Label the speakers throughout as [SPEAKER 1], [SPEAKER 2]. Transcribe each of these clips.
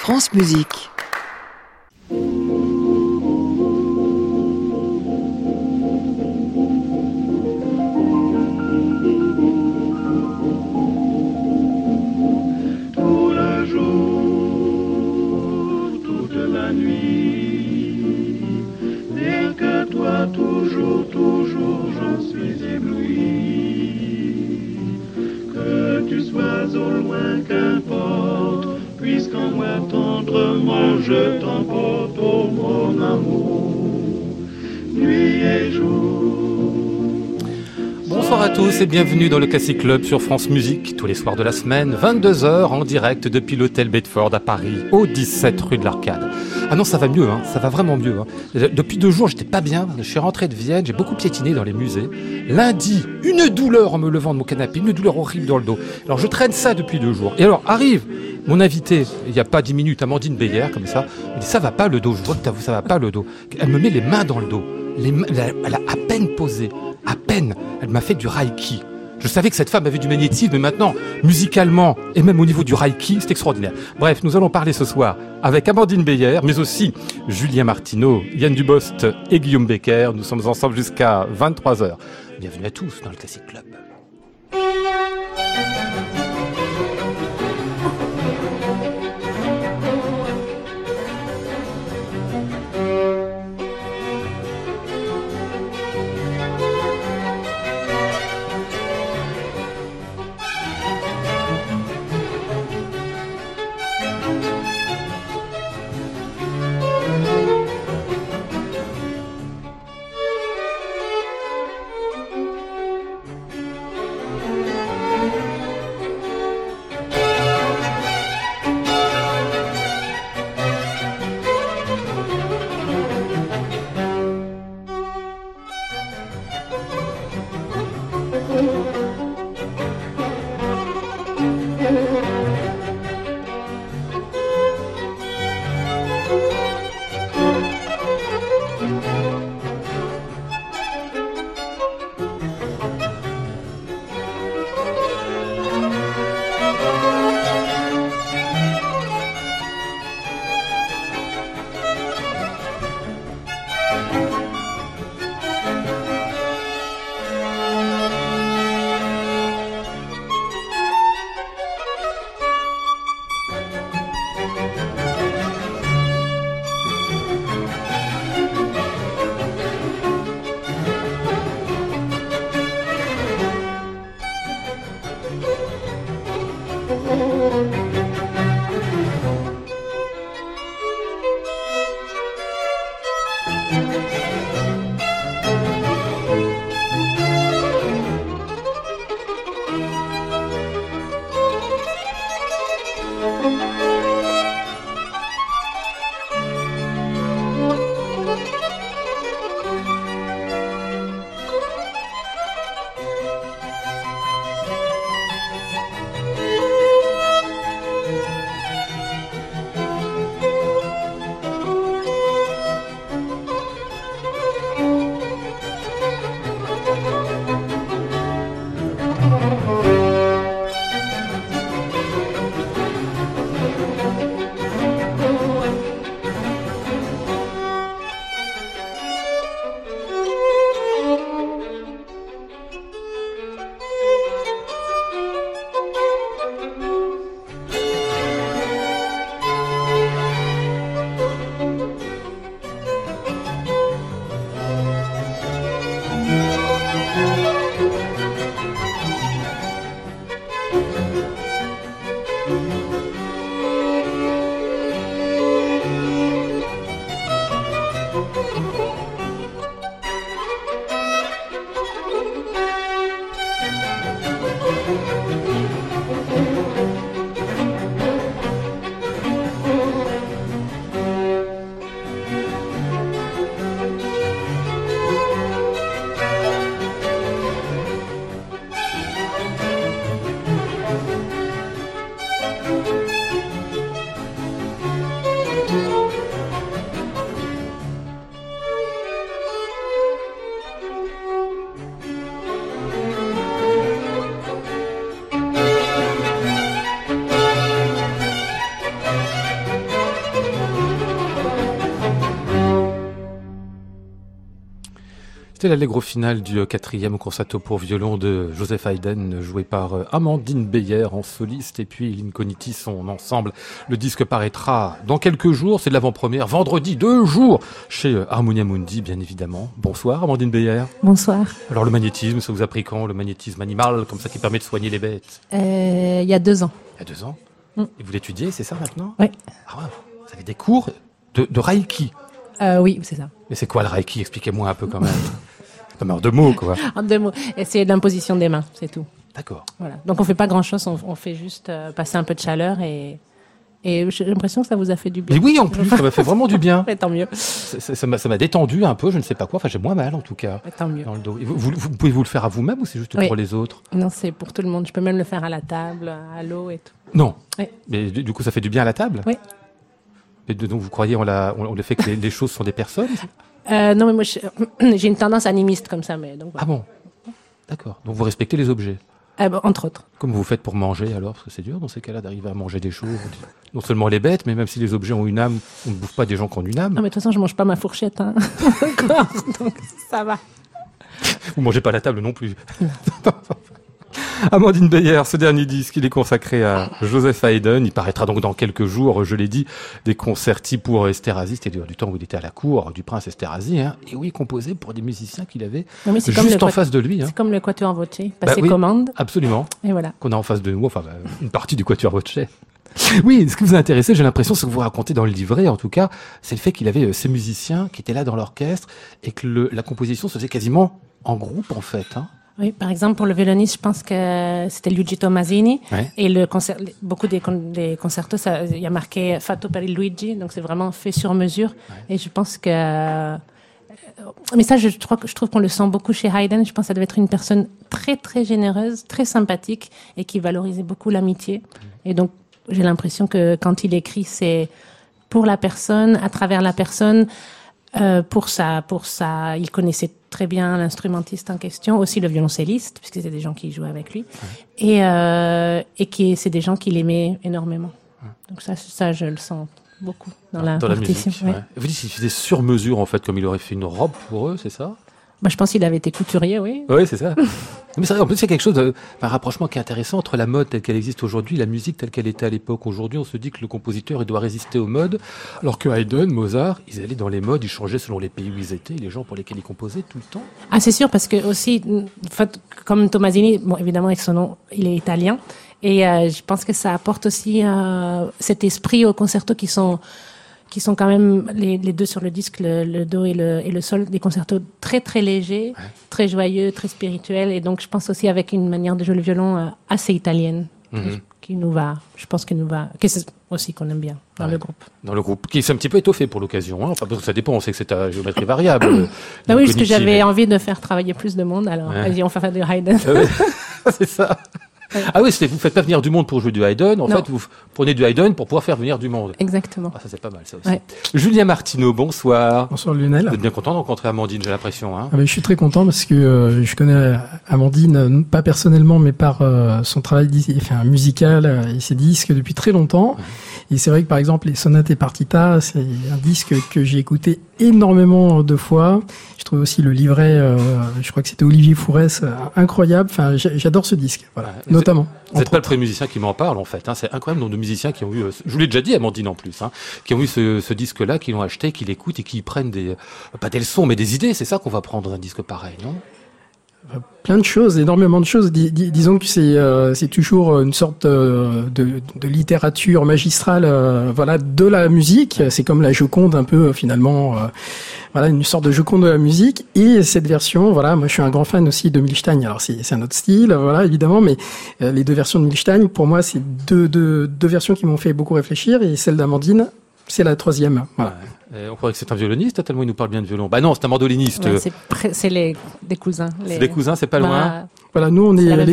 [SPEAKER 1] France Musique.
[SPEAKER 2] Je t'emporte, oh mon amour, nuit et jour.
[SPEAKER 3] Bonsoir à tous et bienvenue dans le Classic Club sur France Musique, tous les soirs de la semaine, 22h en direct depuis l'hôtel Bedford à Paris, au 17 rue de l'Arcade. Ah non, ça va mieux, ça va vraiment mieux. Depuis 2 jours, j'étais pas bien, je suis rentré de Vienne, j'ai beaucoup piétiné dans les musées. Lundi, une douleur en me levant de mon canapé, une douleur horrible dans le dos. Alors je traîne ça depuis 2 jours. Et alors arrive mon invité, il n'y a pas 10 minutes, Amandine Beyer, comme ça, elle dit ça va pas le dos, je vois que ça va pas le dos. Elle me met les mains dans le dos, elle a à peine posé, à peine, elle m'a fait du Reiki. Je savais que cette femme avait du magnétisme, mais maintenant, musicalement, et même au niveau du Reiki, c'est extraordinaire. Bref, nous allons parler ce soir avec Amandine Beyer, mais aussi Julien Martineau, Yann Dubost et Guillaume Becker. Nous sommes ensemble jusqu'à 23h. Bienvenue à tous dans le Classic Club. C'était l'allegro final du 4e concerto pour violon de Joseph Haydn, joué par Amandine Beyer en soliste et puis l'Incogniti, son ensemble. Le disque paraîtra dans quelques jours, c'est de l'avant-première, vendredi, 2 jours, chez Harmonia Mundi, bien évidemment. Bonsoir Amandine Beyer.
[SPEAKER 1] Bonsoir.
[SPEAKER 3] Alors le magnétisme, ça vous a pris quand? Le magnétisme animal, comme ça qui permet de soigner les bêtes?
[SPEAKER 1] Il y a 2 ans.
[SPEAKER 3] Il y a 2 ans? Et vous l'étudiez, c'est ça maintenant?
[SPEAKER 1] Oui.
[SPEAKER 3] Ah ouais, vous avez des cours de Reiki?
[SPEAKER 1] Oui, c'est ça.
[SPEAKER 3] Mais c'est quoi le Reiki? Expliquez-moi un peu quand même. Comme en 2 mots, quoi.
[SPEAKER 1] En 2 mots. Et c'est l'imposition des mains, c'est tout.
[SPEAKER 3] D'accord.
[SPEAKER 1] Voilà. Donc on fait pas grand-chose, on fait juste passer un peu de chaleur et j'ai l'impression que ça vous a fait du bien.
[SPEAKER 3] Mais oui, en plus, ça m'a fait vraiment du bien.
[SPEAKER 1] Mais tant mieux.
[SPEAKER 3] Ça m'a détendu un peu, je ne sais pas quoi. Enfin, j'ai moins mal en tout cas.
[SPEAKER 1] Mais tant mieux.
[SPEAKER 3] Dans le dos. Vous pouvez vous le faire à vous-même ou c'est juste pour les autres?
[SPEAKER 1] Non, c'est pour tout le monde. Je peux même le faire à la table, à l'eau et tout.
[SPEAKER 3] Non.
[SPEAKER 1] Oui.
[SPEAKER 3] Mais du coup, ça fait du bien à la table?
[SPEAKER 1] Oui.
[SPEAKER 3] Et donc vous croyez on le fait que les choses sont des personnes?
[SPEAKER 1] Non, mais moi j'ai une tendance animiste comme ça, mais donc. Voilà.
[SPEAKER 3] Ah bon? D'accord. Donc vous respectez les objets?
[SPEAKER 1] Entre autres.
[SPEAKER 3] Comment vous faites pour manger alors? Parce que c'est dur dans ces cas-là d'arriver à manger des choses. Non seulement les bêtes, mais même si les objets ont une âme, on ne bouffe pas des gens qui ont une âme.
[SPEAKER 1] Non, mais de toute façon, je mange pas ma fourchette, hein. Encore, donc ça va.
[SPEAKER 3] Vous mangez pas à la table non plus. Amandine Beyer, ce dernier disque, il est consacré à Joseph Haydn. Il paraîtra donc dans quelques jours, je l'ai dit, des concerti pour Esterházy. C'était du temps où il était à la cour du prince Esterházy. Hein. Et oui, composé pour des musiciens qu'il avait juste en face de lui.
[SPEAKER 1] C'est comme le Quatuor Voce, passer
[SPEAKER 3] oui,
[SPEAKER 1] commande.
[SPEAKER 3] Absolument.
[SPEAKER 1] Et voilà.
[SPEAKER 3] Qu'on a en face de nous, enfin une partie du Quatuor Voce. Oui, ce qui vous a intéressé, j'ai l'impression, ce que vous racontez dans le livret, en tout cas, c'est le fait qu'il avait ces musiciens qui étaient là dans l'orchestre et que la composition se faisait quasiment en groupe, en fait. Hein.
[SPEAKER 1] Oui, par exemple, pour le violoniste, je pense que c'était Luigi Tommasini.
[SPEAKER 3] Ouais.
[SPEAKER 1] Et beaucoup des concertos, il y a marqué Fatto per il Luigi, donc c'est vraiment fait sur mesure. Ouais. Et je pense que... mais ça, je trouve qu'on le sent beaucoup chez Haydn. Je pense que ça devait être une personne très, très généreuse, très sympathique et qui valorisait beaucoup l'amitié. Et donc, j'ai l'impression que quand il écrit, c'est pour la personne, à travers la personne... pour ça, il connaissait très bien l'instrumentiste en question, aussi le violoncelliste, puisque c'était des gens qui jouaient avec lui, et c'est des gens qu'il aimait énormément. Donc ça, je le sens beaucoup dans la partition.
[SPEAKER 3] Musique, ouais. Vous dites qu'il faisait sur mesure, en fait, comme il aurait fait une robe pour eux, c'est ça?
[SPEAKER 1] Je pense qu'il avait été couturier, oui.
[SPEAKER 3] Oui, c'est ça. Mais c'est vrai, en plus, il y a quelque chose un rapprochement qui est intéressant entre la mode telle qu'elle existe aujourd'hui et la musique telle qu'elle était à l'époque. Aujourd'hui, on se dit que le compositeur, il doit résister aux modes, alors que Haydn, Mozart, ils allaient dans les modes, ils changeaient selon les pays où ils étaient, les gens pour lesquels ils composaient tout le temps.
[SPEAKER 1] Ah, c'est sûr, parce que aussi, comme Tommasini, bon, évidemment, avec son nom, il est italien, et je pense que ça apporte aussi cet esprit aux concertos qui sont quand même les deux sur le disque, le do et le sol, des concertos très très légers, très joyeux, très spirituels, et donc je pense aussi avec une manière de jouer le violon assez italienne, qui nous va, je pense que nous va, que c'est aussi qu'on aime bien dans le groupe. Dans le groupe,
[SPEAKER 3] qui s'est un petit peu étoffé pour l'occasion, hein. Enfin, parce que ça dépend, on sait que c'est à géométrie variable.
[SPEAKER 1] Oui, parce que j'avais envie de faire travailler plus de monde, alors vas-y, on va faire du Haydn.
[SPEAKER 3] C'est ça. Ah oui, vous faites pas venir du monde pour jouer du Haydn, en fait, vous prenez du Haydn pour pouvoir faire venir du monde.
[SPEAKER 1] Exactement.
[SPEAKER 3] Ah, ça c'est pas mal, ça aussi. Ouais. Julien Martineau, bonsoir.
[SPEAKER 4] Bonsoir Lionel.
[SPEAKER 3] Vous êtes bien content de rencontrer Amandine, j'ai l'impression. Hein.
[SPEAKER 4] Je suis très content parce que je connais Amandine, pas personnellement, mais par son travail musical et ses disques depuis très longtemps. Ouais. Et c'est vrai que par exemple les sonates et partitas, c'est un disque que j'ai écouté énormément de fois. Je trouve aussi le livret, je crois que c'était Olivier Fourès, incroyable. Enfin, j'adore ce disque, voilà, notamment.
[SPEAKER 3] Vous n'êtes pas le premier musicien qui m'en parle en fait. Hein. C'est incroyable le nombre de musiciens qui ont eu, je vous l'ai déjà dit, Amandine en plus, hein, qui ont eu ce disque-là, qui l'ont acheté, qui l'écoutent et qui prennent pas des leçons, mais des idées. C'est ça qu'on va prendre dans un disque pareil, non?
[SPEAKER 4] Plein de choses, énormément de choses. Disons que c'est toujours une sorte de littérature magistrale, de la musique. C'est comme la Joconde un peu finalement, une sorte de Joconde de la musique. Et cette version, moi je suis un grand fan aussi de Milstein. Alors c'est un autre style, évidemment, mais les deux versions de Milstein, pour moi, c'est deux versions qui m'ont fait beaucoup réfléchir. Et celle d'Amandine, c'est la troisième. Voilà.
[SPEAKER 3] On croirait que c'est un violoniste, tellement il nous parle bien de violon. Bah non, c'est un mandoliniste.
[SPEAKER 1] Ouais, c'est des cousins.
[SPEAKER 3] C'est des cousins, c'est pas loin.
[SPEAKER 4] Voilà, nous on est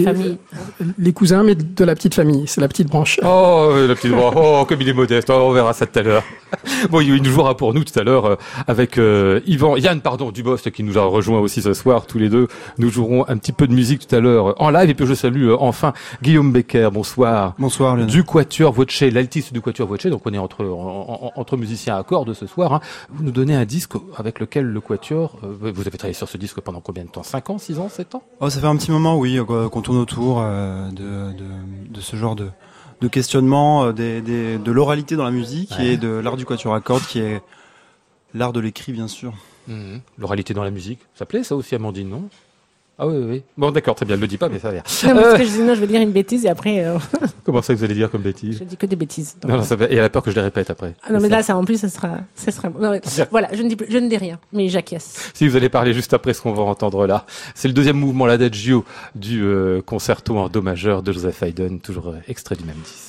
[SPEAKER 4] les cousins, mais de la petite famille. C'est la petite branche.
[SPEAKER 3] Oh, la petite branche. Oh, comme il est modeste. Oh, on verra ça tout à l'heure. Bon, il jouera pour nous tout à l'heure avec Yann Dubost qui nous a rejoint aussi ce soir. Tous les deux, nous jouerons un petit peu de musique tout à l'heure en live. Et puis je salue enfin Guillaume Becker. Bonsoir.
[SPEAKER 5] Bonsoir, Lionel.
[SPEAKER 3] Du Quatuor Voce, l'altiste du Quatuor Voce. Donc on est entre musiciens à cordes ce soir. Hein. Vous nous donnez un disque avec lequel le Quatuor, vous avez travaillé sur ce disque pendant combien de temps? 5 ans, 6 ans, 7 ans?
[SPEAKER 5] Oh, ça fait un petit moment, oui, qu'on tourne autour de ce genre de questionnement de l'oralité dans la musique et de l'art du quatuor à cordes qui est l'art de l'écrit, bien sûr.
[SPEAKER 3] L'oralité dans la musique, ça plaît ça aussi, Amandine, non? Ah oui. Bon, d'accord, très bien, elle le dit pas, mais ça va bien.
[SPEAKER 1] Non, parce que je vais dire une bêtise et après...
[SPEAKER 3] Comment ça, vous allez dire comme bêtise?
[SPEAKER 1] Je dis que des bêtises.
[SPEAKER 3] Non, ça va... Et elle a peur que je les répète après.
[SPEAKER 1] Ah non, mais là, ça, en plus, ça sera non, mais, voilà, je ne dis rien, mais j'acquiesce.
[SPEAKER 3] Si vous allez parler juste après ce qu'on va entendre là. C'est le deuxième mouvement, l'adagio du concerto en do majeur de Joseph Haydn, toujours extrait du même disque.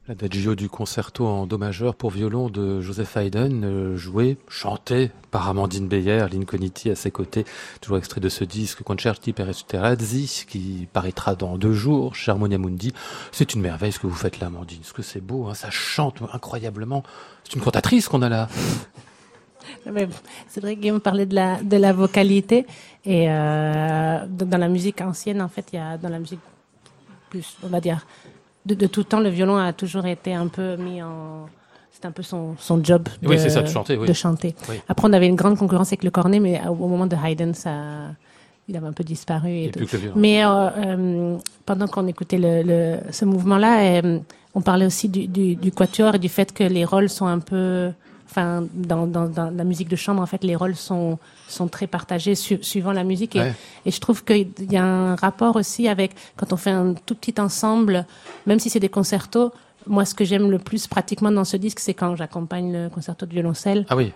[SPEAKER 3] L'adagio du concerto en do majeur pour violon de Joseph Haydn, joué, chanté par Amandine Beyer, l'Incogniti à ses côtés, toujours extrait de ce disque Concerti per Esterhazy, qui paraîtra dans 2 jours chez Harmonia Mundi. C'est une merveille ce que vous faites là, Amandine, ce que c'est beau, hein, ça chante incroyablement. C'est une cantatrice qu'on a là.
[SPEAKER 1] Mais c'est vrai que Guillaume parlait de la vocalité, et dans la musique ancienne, en fait, il y a dans la musique plus, on va dire, de tout temps, le violon a toujours été un peu mis en... C'est un peu son job
[SPEAKER 3] Oui, c'est ça, de chanter. Oui.
[SPEAKER 1] De chanter.
[SPEAKER 3] Oui.
[SPEAKER 1] Après, on avait une grande concurrence avec le cornet, mais au moment de Haydn, il avait un peu disparu. Et tout.
[SPEAKER 3] Plus que le violon.
[SPEAKER 1] Mais pendant qu'on écoutait ce mouvement-là, on parlait aussi du quatuor et du fait que les rôles sont un peu... Enfin, dans la musique de chambre, en fait, les rôles sont très partagés suivant la musique. Et je trouve qu'il y a un rapport aussi avec, quand on fait un tout petit ensemble, même si c'est des concertos, moi, ce que j'aime le plus pratiquement dans ce disque, c'est quand j'accompagne le concerto de violoncelle.
[SPEAKER 3] Ah oui.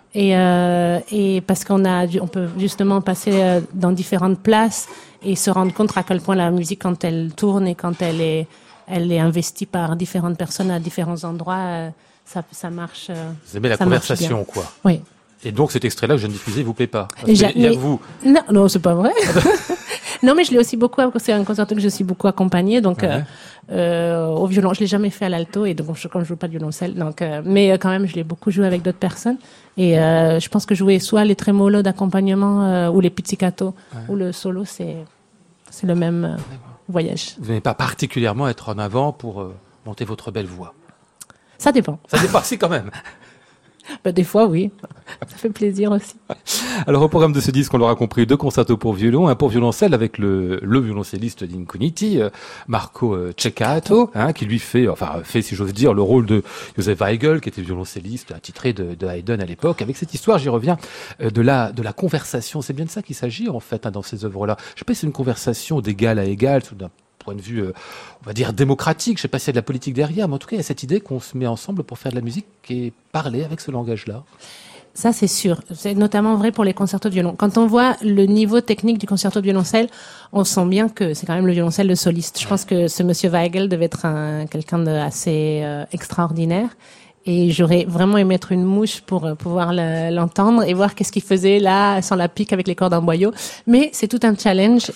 [SPEAKER 1] Et parce on peut justement passer dans différentes places et se rendre compte à quel point la musique, quand elle tourne et quand elle est investie par différentes personnes à différents endroits, ça marche.
[SPEAKER 3] Vous aimez la conversation, quoi.
[SPEAKER 1] Oui.
[SPEAKER 3] Et donc cet extrait-là que je viens de diffuser, il vous plaît pas? Il y a que vous.
[SPEAKER 1] Non, c'est pas vrai. Non, mais je l'ai aussi beaucoup. C'est un concerto que je suis beaucoup accompagnée, donc au violon. Je l'ai jamais fait à l'alto, et donc quand je joue pas de violoncelle. Donc, mais quand même, je l'ai beaucoup joué avec d'autres personnes. Et je pense que jouer soit les trémolos d'accompagnement ou les pizzicato ou le solo, c'est le même voyage.
[SPEAKER 3] Vous n'aimez pas particulièrement être en avant pour monter votre belle voix?
[SPEAKER 1] Ça dépend.
[SPEAKER 3] Ça dépend, si, quand même.
[SPEAKER 1] Des fois, oui. Ça fait plaisir aussi.
[SPEAKER 3] Alors, au programme de ce disque, on l'aura compris, 2 concertos pour violon, un pour violoncelle avec le violoncelliste d'Incogniti, Marco Ceccato, qui lui fait, si j'ose dire, le rôle de Joseph Weigel, qui était violoncelliste attitré de Haydn à l'époque. Avec cette histoire, j'y reviens, de la conversation. C'est bien de ça qu'il s'agit, en fait, dans ces œuvres-là. Je sais pas si c'est une conversation d'égal à égal, d'un point de vue, on va dire, démocratique. Je sais pas s'il y a de la politique derrière, mais en tout cas, il y a cette idée qu'on se met ensemble pour faire de la musique et parler avec ce langage-là.
[SPEAKER 1] Ça, c'est sûr. C'est notamment vrai pour les concertos de violon. Quand on voit le niveau technique du concerto de violoncelle, on sent bien que c'est quand même le violoncelle le soliste. Je pense que ce monsieur Weigel devait être quelqu'un d'assez extraordinaire. Et j'aurais vraiment aimé être une mouche pour pouvoir l'entendre et voir qu'est-ce qu'il faisait là, sans la pique avec les cordes en boyau. Mais c'est tout un challenge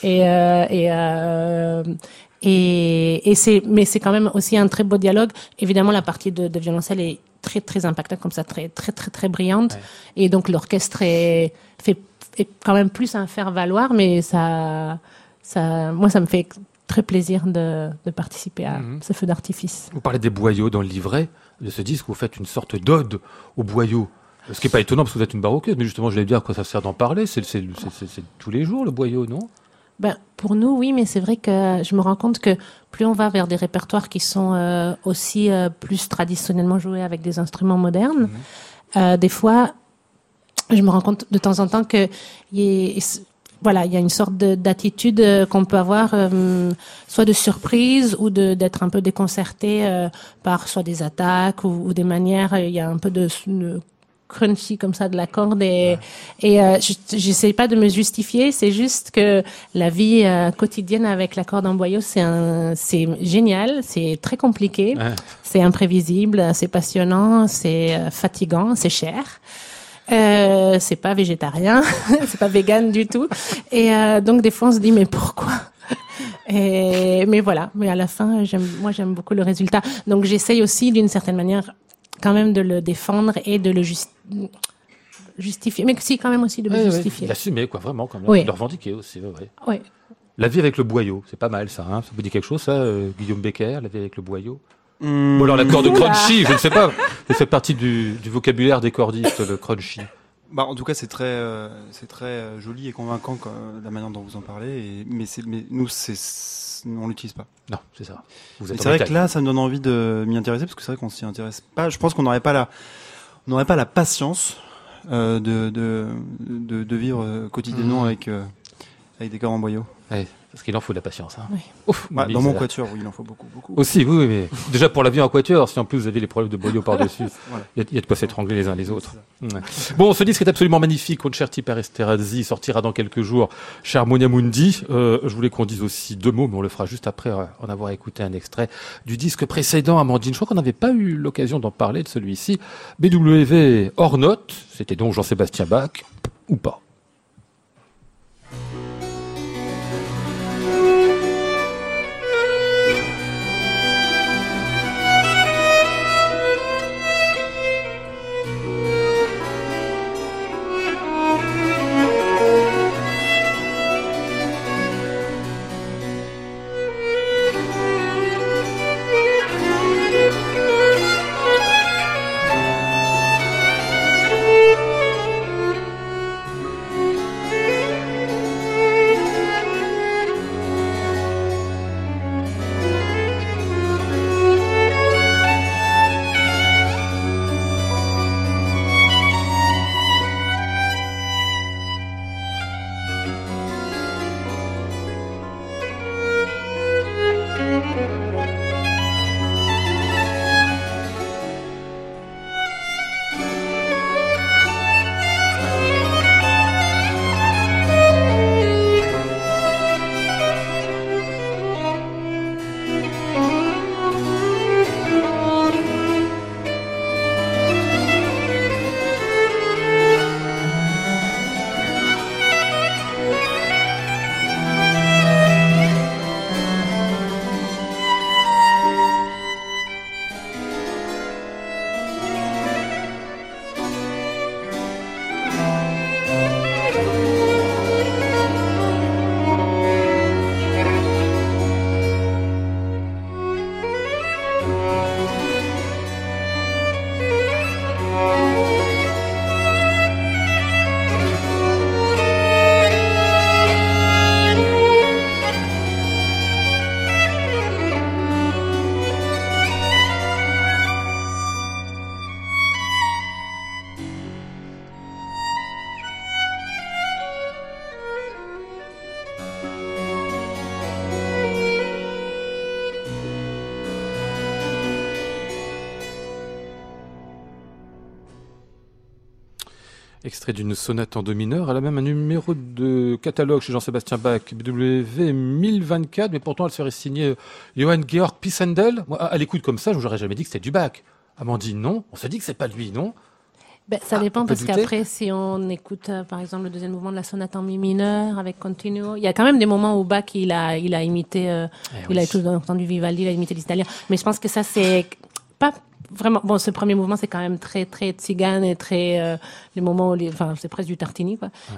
[SPEAKER 1] mais c'est quand même aussi un très beau dialogue. Évidemment, la partie de violoncelle est très, très impactante, comme ça, très, très, très, très brillante. Ouais. Et donc, l'orchestre est quand même plus un faire-valoir, mais moi, ça me fait très plaisir de participer à ce feu d'artifice.
[SPEAKER 3] Vous parlez des boyaux dans le livret de ce disque, vous faites une sorte d'ode aux boyaux. Ce qui n'est pas étonnant parce que vous êtes une baroqueuse, mais justement, je voulais dire à quoi ça sert d'en parler. C'est tous les jours, le boyau, non?
[SPEAKER 1] Pour nous, oui, mais c'est vrai que je me rends compte que plus on va vers des répertoires qui sont aussi plus traditionnellement joués avec des instruments modernes, des fois, je me rends compte de temps en temps que il y a une sorte d'attitude qu'on peut avoir, soit de surprise ou d'être un peu déconcerté par soit des attaques ou des manières. Il y a un peu de crunchy comme ça de la corde et j'essaie pas de me justifier, c'est juste que la vie quotidienne avec la corde en boyau, c'est génial, c'est très compliqué, c'est imprévisible, c'est passionnant, c'est fatigant, c'est cher. C'est pas végétarien, c'est pas vegan du tout. Et donc des fois on se dit mais pourquoi? Mais voilà, mais à la fin j'aime beaucoup le résultat. Donc j'essaye aussi d'une certaine manière quand même de le défendre et de le justifier, mais si quand même aussi de le justifier.
[SPEAKER 3] L'assumer quoi, vraiment quand même, de le revendiquer aussi.
[SPEAKER 1] Oui.
[SPEAKER 3] La vie avec le boyau, c'est pas mal ça. Ça vous dit quelque chose ça, Guillaume Becker, la vie avec le boyau? Bon alors l'accord de crunchy, je ne sais pas. Ça fait partie du vocabulaire des cordistes, le crunchy.
[SPEAKER 5] En tout cas, c'est très joli et convaincant la manière dont vous en parlez. Mais nous, on l'utilise pas.
[SPEAKER 3] Non, c'est ça.
[SPEAKER 5] C'est vrai que là, ça me donne envie de m'y intéresser parce que c'est vrai qu'on s'y intéresse pas. Je pense qu'on n'aurait pas la patience de vivre quotidiennement avec des cordes en boyau.
[SPEAKER 3] Ouais, parce qu'il en faut de la patience. Hein.
[SPEAKER 1] Oui.
[SPEAKER 3] Ouf,
[SPEAKER 5] Bah,
[SPEAKER 3] mais
[SPEAKER 5] dans mon
[SPEAKER 3] ça-
[SPEAKER 5] quatuor, oui, il en faut beaucoup.
[SPEAKER 3] Aussi, oui, mais déjà pour l'avion en quatuor, si en plus vous avez les problèmes de boyau par-dessus,
[SPEAKER 5] Voilà.
[SPEAKER 3] il y a de quoi s'étrangler les uns les autres. Ouais. Bon, ce disque est absolument magnifique. Concerti per Esterhazy sortira dans quelques jours chez Harmonia Mundi. Je voulais qu'on dise aussi deux mots, mais on le fera juste après en avoir écouté un extrait du disque précédent, Amandine. Je crois qu'on n'avait pas eu l'occasion d'en parler de celui-ci. BWV hors note, c'était donc Jean-Sébastien Bach, ou pas. Extrait d'une sonate en do mineur. Elle a même un numéro de catalogue chez Jean-Sébastien Bach, BWV 1024, mais pourtant elle serait signée Johann Georg Pisendel. Moi, à l'écoute comme ça, je n'aurais jamais dit que c'était du Bach. Amandine, non. On se dit que c'est pas lui, non?
[SPEAKER 1] Ben, ça dépend
[SPEAKER 3] on peut
[SPEAKER 1] parce
[SPEAKER 3] douter.
[SPEAKER 1] qu'après, si on écoute, par exemple, le deuxième mouvement de la sonate en mi mineur avec continuo, il y a quand même des moments où Bach, il a imité, il a tout entendu Vivaldi, il a imité les Italiens. Mais je pense que ça, c'est pas vraiment, bon, ce premier mouvement, c'est quand même très, très tzigane et très, les moments où enfin, c'est presque du Tartini, quoi. Ouais.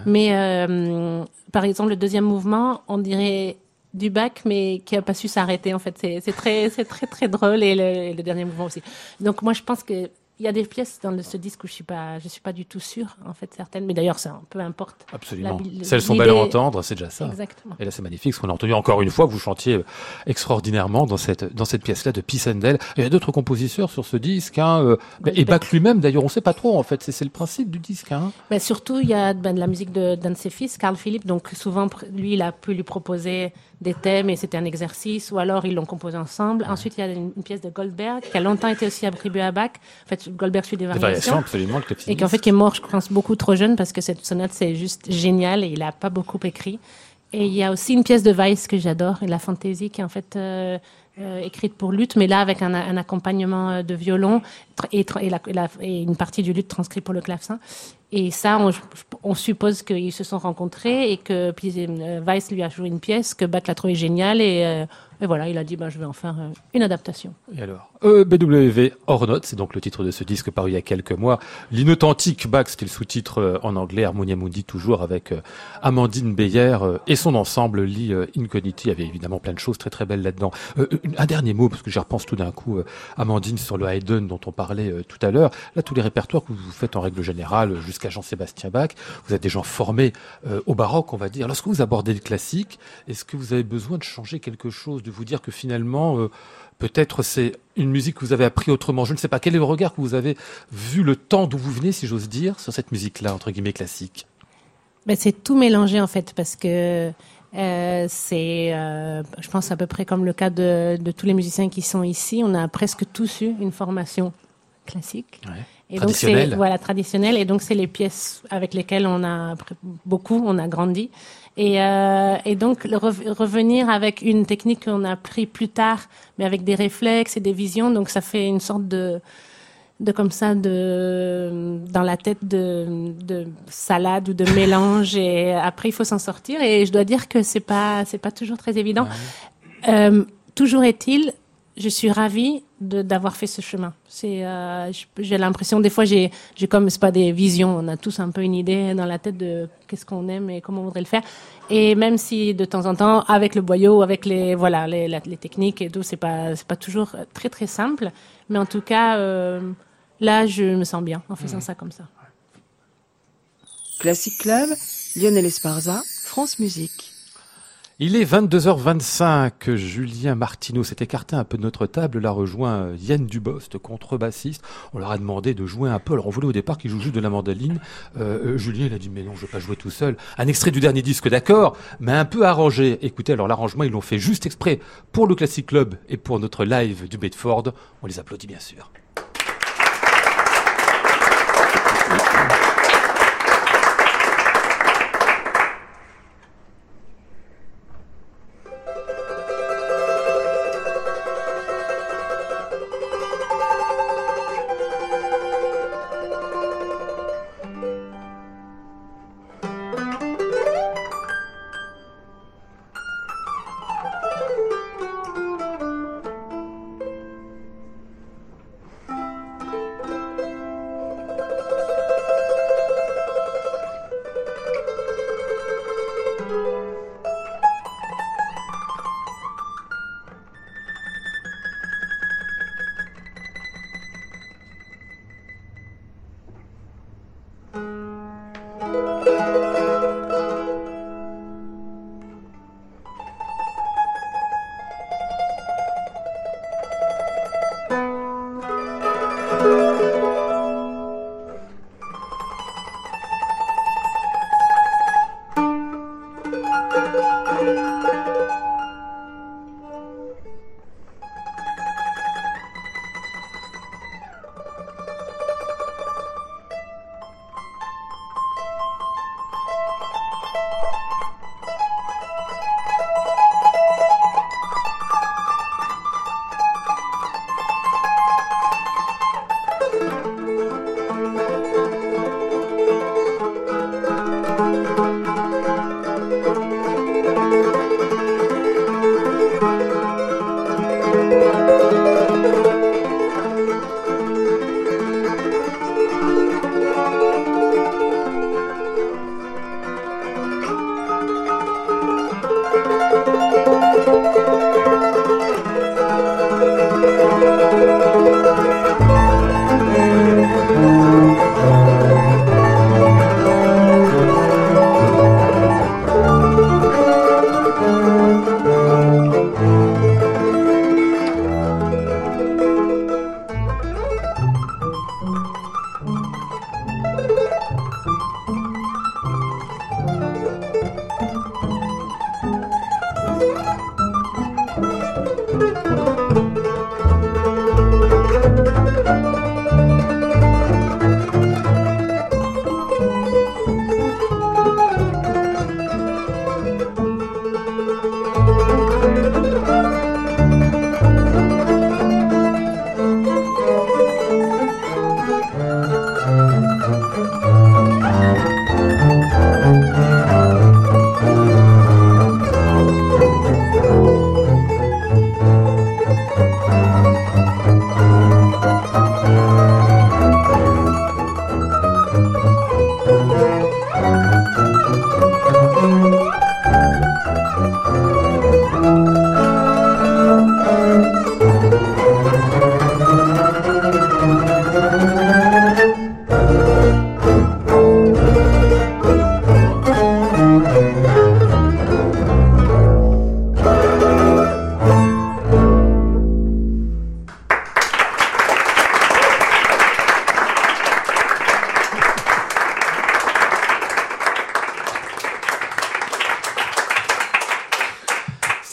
[SPEAKER 1] Mais, par exemple, le deuxième mouvement, on dirait du Bach, mais qui a pas su s'arrêter, en fait. C'est très, très drôle et le dernier mouvement aussi. Donc, moi, je pense que il y a des pièces dans ce disque où je suis pas du tout sûre, en fait, certaines. Mais d'ailleurs, ça, peu importe.
[SPEAKER 3] Absolument. Si elles sont belles à entendre, c'est déjà ça.
[SPEAKER 1] Exactement.
[SPEAKER 3] Et là, c'est magnifique, parce qu'on a entendu encore une fois que vous chantiez extraordinairement dans cette pièce-là de Pisendel. Il y a d'autres compositeurs sur ce disque, hein, et Bach lui-même, d'ailleurs, on sait pas trop, en fait. C'est le principe du disque, hein.
[SPEAKER 1] Ben, surtout, il y a de la musique d'un de ses fils, Carl Philipp. Donc, souvent, lui, il a pu lui proposer des thèmes et c'était un exercice, ou alors ils l'ont composé ensemble. Ouais. Ensuite, il y a une pièce de Goldberg qui a longtemps été aussi attribuée à Bach. En fait, Goldberg suit des variations.
[SPEAKER 3] Absolument, le
[SPEAKER 1] et qu'en fait, qui est mort, je pense, beaucoup trop jeune parce que cette sonate, c'est juste génial et il a pas beaucoup écrit. Et il y a aussi une pièce de Weiss que j'adore, La Fantaisie, qui est en fait écrite pour luth, mais là avec un accompagnement de violon et une partie du luth transcrite pour le clavecin. Et ça, on suppose qu'ils se sont rencontrés et que Weiss lui a joué une pièce que Bach l'a trouvé géniale et voilà, il a dit je vais en faire une adaptation.
[SPEAKER 3] Et alors, BWV hors note, c'est donc le titre de ce disque paru il y a quelques mois. L'inauthentique Bach, c'était le sous-titre en anglais, Harmonia Mundi toujours avec Amandine Beyer et son ensemble Li Incogniti. Il y avait évidemment plein de choses très très belles là-dedans. Un dernier mot, parce que j'y repense tout d'un coup, Amandine, sur le Haydn dont on parlait tout à l'heure. Là, tous les répertoires que vous faites en règle générale, jusqu'à Jean-Sébastien Bach, vous êtes des gens formés au baroque, on va dire. Lorsque vous abordez le classique, est-ce que vous avez besoin de changer quelque chose, de vous dire que finalement, peut-être c'est une musique que vous avez appris autrement? Je ne sais pas. Quel est le regard que vous avez vu le temps d'où vous venez, si j'ose dire, sur cette musique-là, entre guillemets, classique?
[SPEAKER 1] Ben, c'est tout mélangé, en fait, parce que C'est, je pense, à peu près comme le cas de tous les musiciens qui sont ici. On a presque tous eu une formation classique.
[SPEAKER 3] Ouais.
[SPEAKER 1] Et
[SPEAKER 3] Traditionnelle.
[SPEAKER 1] donc c'est voilà traditionnelle. Et donc c'est les pièces avec lesquelles on a grandi. Et donc revenir avec une technique qu'on a appris plus tard, mais avec des réflexes et des visions. Donc ça fait une sorte de comme ça dans la tête de salade ou de mélange. Et après il faut s'en sortir. Et je dois dire que c'est pas toujours très évident.
[SPEAKER 3] Ouais.
[SPEAKER 1] Toujours est-il, je suis ravie d'avoir fait ce chemin. J'ai l'impression, des fois, j'ai comme, c'est pas des visions, on a tous un peu une idée dans la tête de qu'est-ce qu'on aime et comment on voudrait le faire. Et même si, de temps en temps, avec le boyau, avec les techniques et tout, c'est pas toujours très, très simple. Mais en tout cas, là, je me sens bien en faisant ça comme ça.
[SPEAKER 6] Classic Club, Lionel Esparza, France Musique.
[SPEAKER 3] Il est 22h25. Julien Martineau s'est écarté un peu de notre table, l'a rejoint Yann Dubost, contrebassiste. On leur a demandé de jouer un peu. Alors on voulait au départ qu'il joue juste de la mandoline. Julien, il a dit mais non, je veux pas jouer tout seul. Un extrait du dernier disque, d'accord, mais un peu arrangé. Écoutez, alors l'arrangement, ils l'ont fait juste exprès pour le Classic Club et pour notre live du Bedford. On les applaudit bien sûr.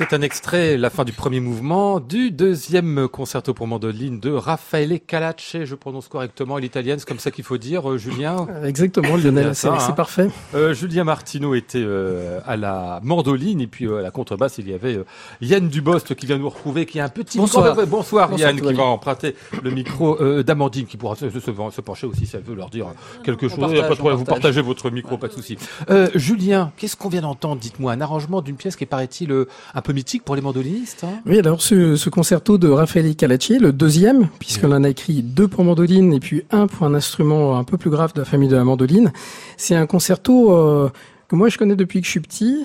[SPEAKER 3] C'est un extrait, la fin du premier mouvement, du deuxième concerto pour mandoline de Raffaele Calace. Je prononce correctement l'italienne, c'est comme ça qu'il faut dire, Julien.
[SPEAKER 4] Exactement, Lionel, c'est parfait.
[SPEAKER 3] Julien Martineau était à la mandoline et puis à la contrebasse, il y avait Yann Dubost qui vient nous retrouver, qui a un petit... Bonsoir Yann, qui va emprunter le micro d'Amandine, qui pourra se pencher aussi si elle veut leur dire quelque chose. Il n'y a pas de problème, vous partagez votre micro, pas de souci. Julien, qu'est-ce qu'on vient d'entendre? Dites-moi, un arrangement d'une pièce qui est, paraît-il, un peu mythique pour les mandolinistes, hein.
[SPEAKER 4] Oui, alors ce concerto de Raffaele Calace, le deuxième, puisqu'on en a écrit 2 pour mandoline et puis 1 pour un instrument un peu plus grave de la famille de la mandoline. C'est un concerto que moi je connais depuis que je suis petit,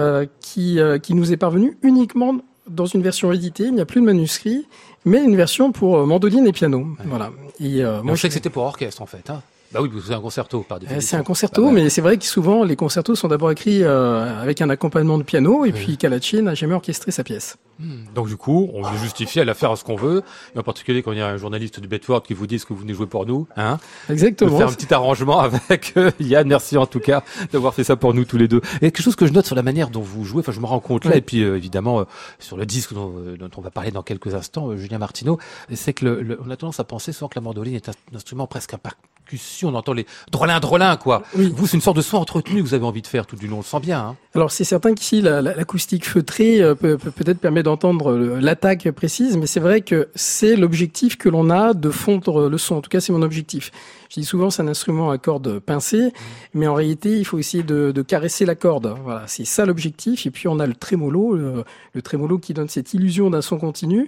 [SPEAKER 4] qui nous est parvenu uniquement dans une version éditée. Il n'y a plus de manuscrit, mais une version pour mandoline et piano. Ouais. Voilà. Et
[SPEAKER 3] moi je sais que c'était pour orchestre en fait, hein. Bah oui, c'est un concerto par définition.
[SPEAKER 4] C'est un concerto, mais c'est vrai que souvent les concertos sont d'abord écrits avec un accompagnement de piano, et puis Calace n'a jamais orchestré sa pièce.
[SPEAKER 3] Donc du coup, on est justifié à la faire à ce qu'on veut, et en particulier quand il y a un journaliste du Bedford qui vous dit ce que vous venez jouer pour nous, hein.
[SPEAKER 4] Exactement.
[SPEAKER 3] De faire un petit arrangement avec Yann. Merci en tout cas d'avoir fait ça pour nous tous les deux. Et quelque chose que je note sur la manière dont vous jouez, enfin je me rends compte là, et puis évidemment sur le disque dont on va parler dans quelques instants, Julien Martineau, c'est que on a tendance à penser souvent que la mandoline est un instrument presque un percussion, on entend les drôlins, quoi. Oui. Vous, c'est une sorte de son entretenu que vous avez envie de faire tout du long, on le sent bien, hein.
[SPEAKER 4] Alors, c'est certain qu'ici, l'acoustique feutrée peut-être permet d'entendre l'attaque précise, mais c'est vrai que c'est l'objectif que l'on a de fondre le son. En tout cas, c'est mon objectif. Je dis souvent, c'est un instrument à cordes pincées, mais en réalité, il faut essayer de caresser la corde. Voilà, c'est ça l'objectif. Et puis, on a le trémolo, le trémolo qui donne cette illusion d'un son continu.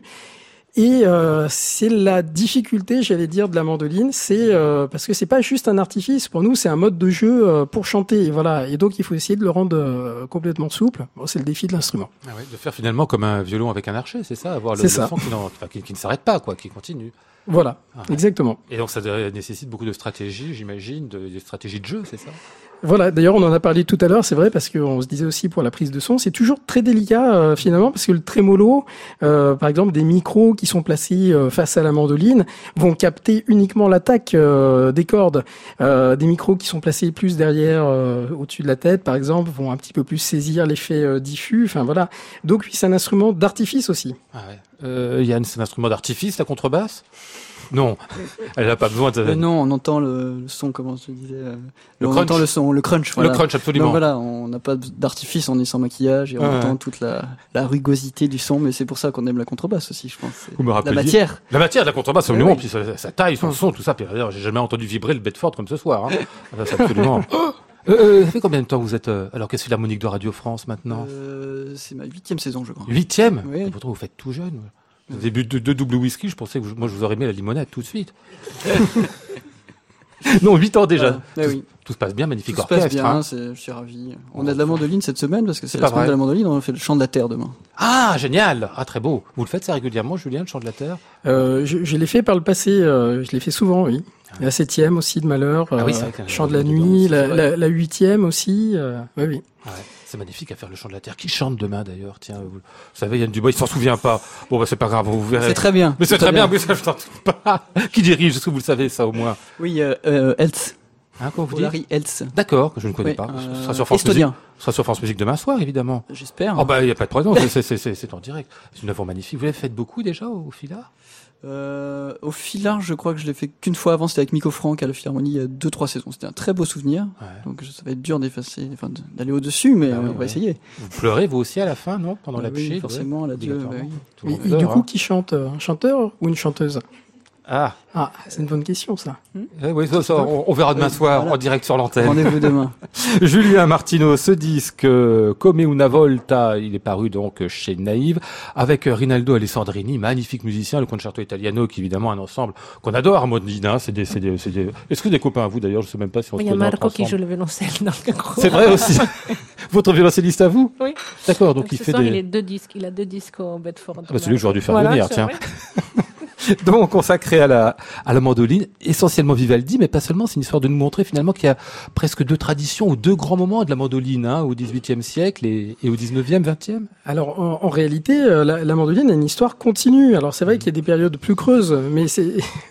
[SPEAKER 4] Et c'est la difficulté, j'allais dire, de la mandoline, c'est parce que c'est pas juste un artifice. Pour nous, c'est un mode de jeu pour chanter. Voilà. Et donc, il faut essayer de le rendre complètement souple. Bon, c'est le défi de l'instrument.
[SPEAKER 3] Ah ouais, de faire finalement comme un violon avec un archet, c'est ça, avoir le son qui ne s'arrête pas, quoi, qui continue.
[SPEAKER 4] Voilà, exactement.
[SPEAKER 3] Et donc, ça nécessite beaucoup de stratégie, j'imagine, des stratégies de jeu, c'est ça?
[SPEAKER 4] Voilà, d'ailleurs on en a parlé tout à l'heure, c'est vrai, parce qu'on se disait aussi pour la prise de son, c'est toujours très délicat finalement, parce que le trémolo, par exemple des micros qui sont placés face à la mandoline, vont capter uniquement l'attaque des cordes. Des micros qui sont placés plus derrière, au-dessus de la tête par exemple, vont un petit peu plus saisir l'effet diffus, enfin voilà. Donc oui, c'est un instrument d'artifice aussi.
[SPEAKER 3] Ah ouais. Yann, c'est un instrument d'artifice, la contrebasse? Non, elle n'a pas besoin de...
[SPEAKER 7] non, on entend le son, comment je disais.
[SPEAKER 3] On
[SPEAKER 7] entend le son, le crunch. Voilà.
[SPEAKER 3] Le crunch, absolument.
[SPEAKER 7] Donc voilà, on n'a pas d'artifice, on est sans maquillage et on entend toute la rugosité du son, mais c'est pour ça qu'on aime la contrebasse aussi, je pense.
[SPEAKER 3] Vous me rappeliez.
[SPEAKER 7] La matière.
[SPEAKER 3] La matière de la contrebasse, absolument, puis sa taille, son son, tout ça. Puis d'ailleurs, j'ai jamais entendu vibrer le Bedford comme ce soir, hein. C'est absolument... ça fait combien de temps vous êtes à l'Orchestre Philharmonique de Radio France maintenant?
[SPEAKER 7] C'est ma 8e saison, je crois.
[SPEAKER 3] 8e?
[SPEAKER 7] Oui.
[SPEAKER 3] Et pourtant, vous faites tout jeune. Au début de double whisky, je pensais que moi je vous aurais mis la limonade tout de suite. Non, 8 ans déjà. Tout se passe bien, magnifique orchestre.
[SPEAKER 7] Tout se passe bien, je suis ravi. On a de la mandoline cette semaine parce que c'est la semaine de la mandoline, on fait le chant de la terre demain.
[SPEAKER 3] Ah, génial! Ah, très beau. Vous le faites ça régulièrement, Julien, le chant de la terre?
[SPEAKER 4] Je l'ai fait par le passé, je l'ai fait souvent, oui. La 7e aussi de Malheur, chant de la nuit, la 8e aussi, oui. Ouais.
[SPEAKER 3] C'est magnifique à faire le chant de la terre. Qui chante demain d'ailleurs? Tiens, vous savez, Yann Dubois, il s'en souvient pas. Bon, bah c'est pas grave, vous verrez.
[SPEAKER 7] C'est très bien.
[SPEAKER 3] Mais c'est très bien, mais ça je t'en doute pas. Qui dirige? Est-ce que vous le savez ça au moins?
[SPEAKER 7] Oui, Eltz.
[SPEAKER 3] Hein, comment vous dites?
[SPEAKER 7] Larry Eltz.
[SPEAKER 3] D'accord, que je ne connais pas. Ce sera sur France Musique. Ce sera sur France Musique demain soir, évidemment.
[SPEAKER 7] J'espère.
[SPEAKER 3] Oh bah il y a pas de problème, c'est en direct. C'est une œuvre magnifique. Vous l'avez fait beaucoup déjà au Philhar?
[SPEAKER 7] Au Philhar, je crois que je l'ai fait qu'une fois avant, c'était avec Miko Franck à la Philharmonie il y a 2-3 saisons. C'était un très beau souvenir. Ouais. Donc ça va être dur d'effacer, d'aller au-dessus, mais on va essayer.
[SPEAKER 3] Vous pleurez vous aussi à la fin, non? Pendant la
[SPEAKER 7] oui, forcément, à l'adieu.
[SPEAKER 4] Et du coup, qui chante? Un chanteur ou une chanteuse?
[SPEAKER 3] Ah,
[SPEAKER 4] c'est une bonne question, ça.
[SPEAKER 3] Oui, ça, on verra demain soir en direct sur l'antenne.
[SPEAKER 7] Rendez-vous demain.
[SPEAKER 3] Julien Martineau, ce disque Come una volta, il est paru donc chez Naïve avec Rinaldo Alessandrini, magnifique musicien, le Concerto Italiano, qui est évidemment un ensemble qu'on adore, Harmonie, hein, c'est des... Est-ce que des copains à vous d'ailleurs, je sais même pas si on se connaît.
[SPEAKER 1] Il y a Marco qui joue le violoncelle dans le groupe.
[SPEAKER 3] C'est vrai aussi. Votre violoncelliste à vous?
[SPEAKER 1] Oui.
[SPEAKER 3] D'accord, donc il fait
[SPEAKER 1] il a 2 disques, il a 2 disques au Bedford.
[SPEAKER 3] C'est lui que j'aurais dû faire venir, tiens. Donc consacré à la mandoline, essentiellement Vivaldi, mais pas seulement, c'est une histoire de nous montrer finalement qu'il y a presque 2 traditions ou 2 grands moments de la mandoline, hein, au XVIIIe siècle et au XIXe, XXe.
[SPEAKER 4] Alors en réalité, la mandoline a une histoire continue. Alors c'est vrai qu'il y a des périodes plus creuses, mais c'est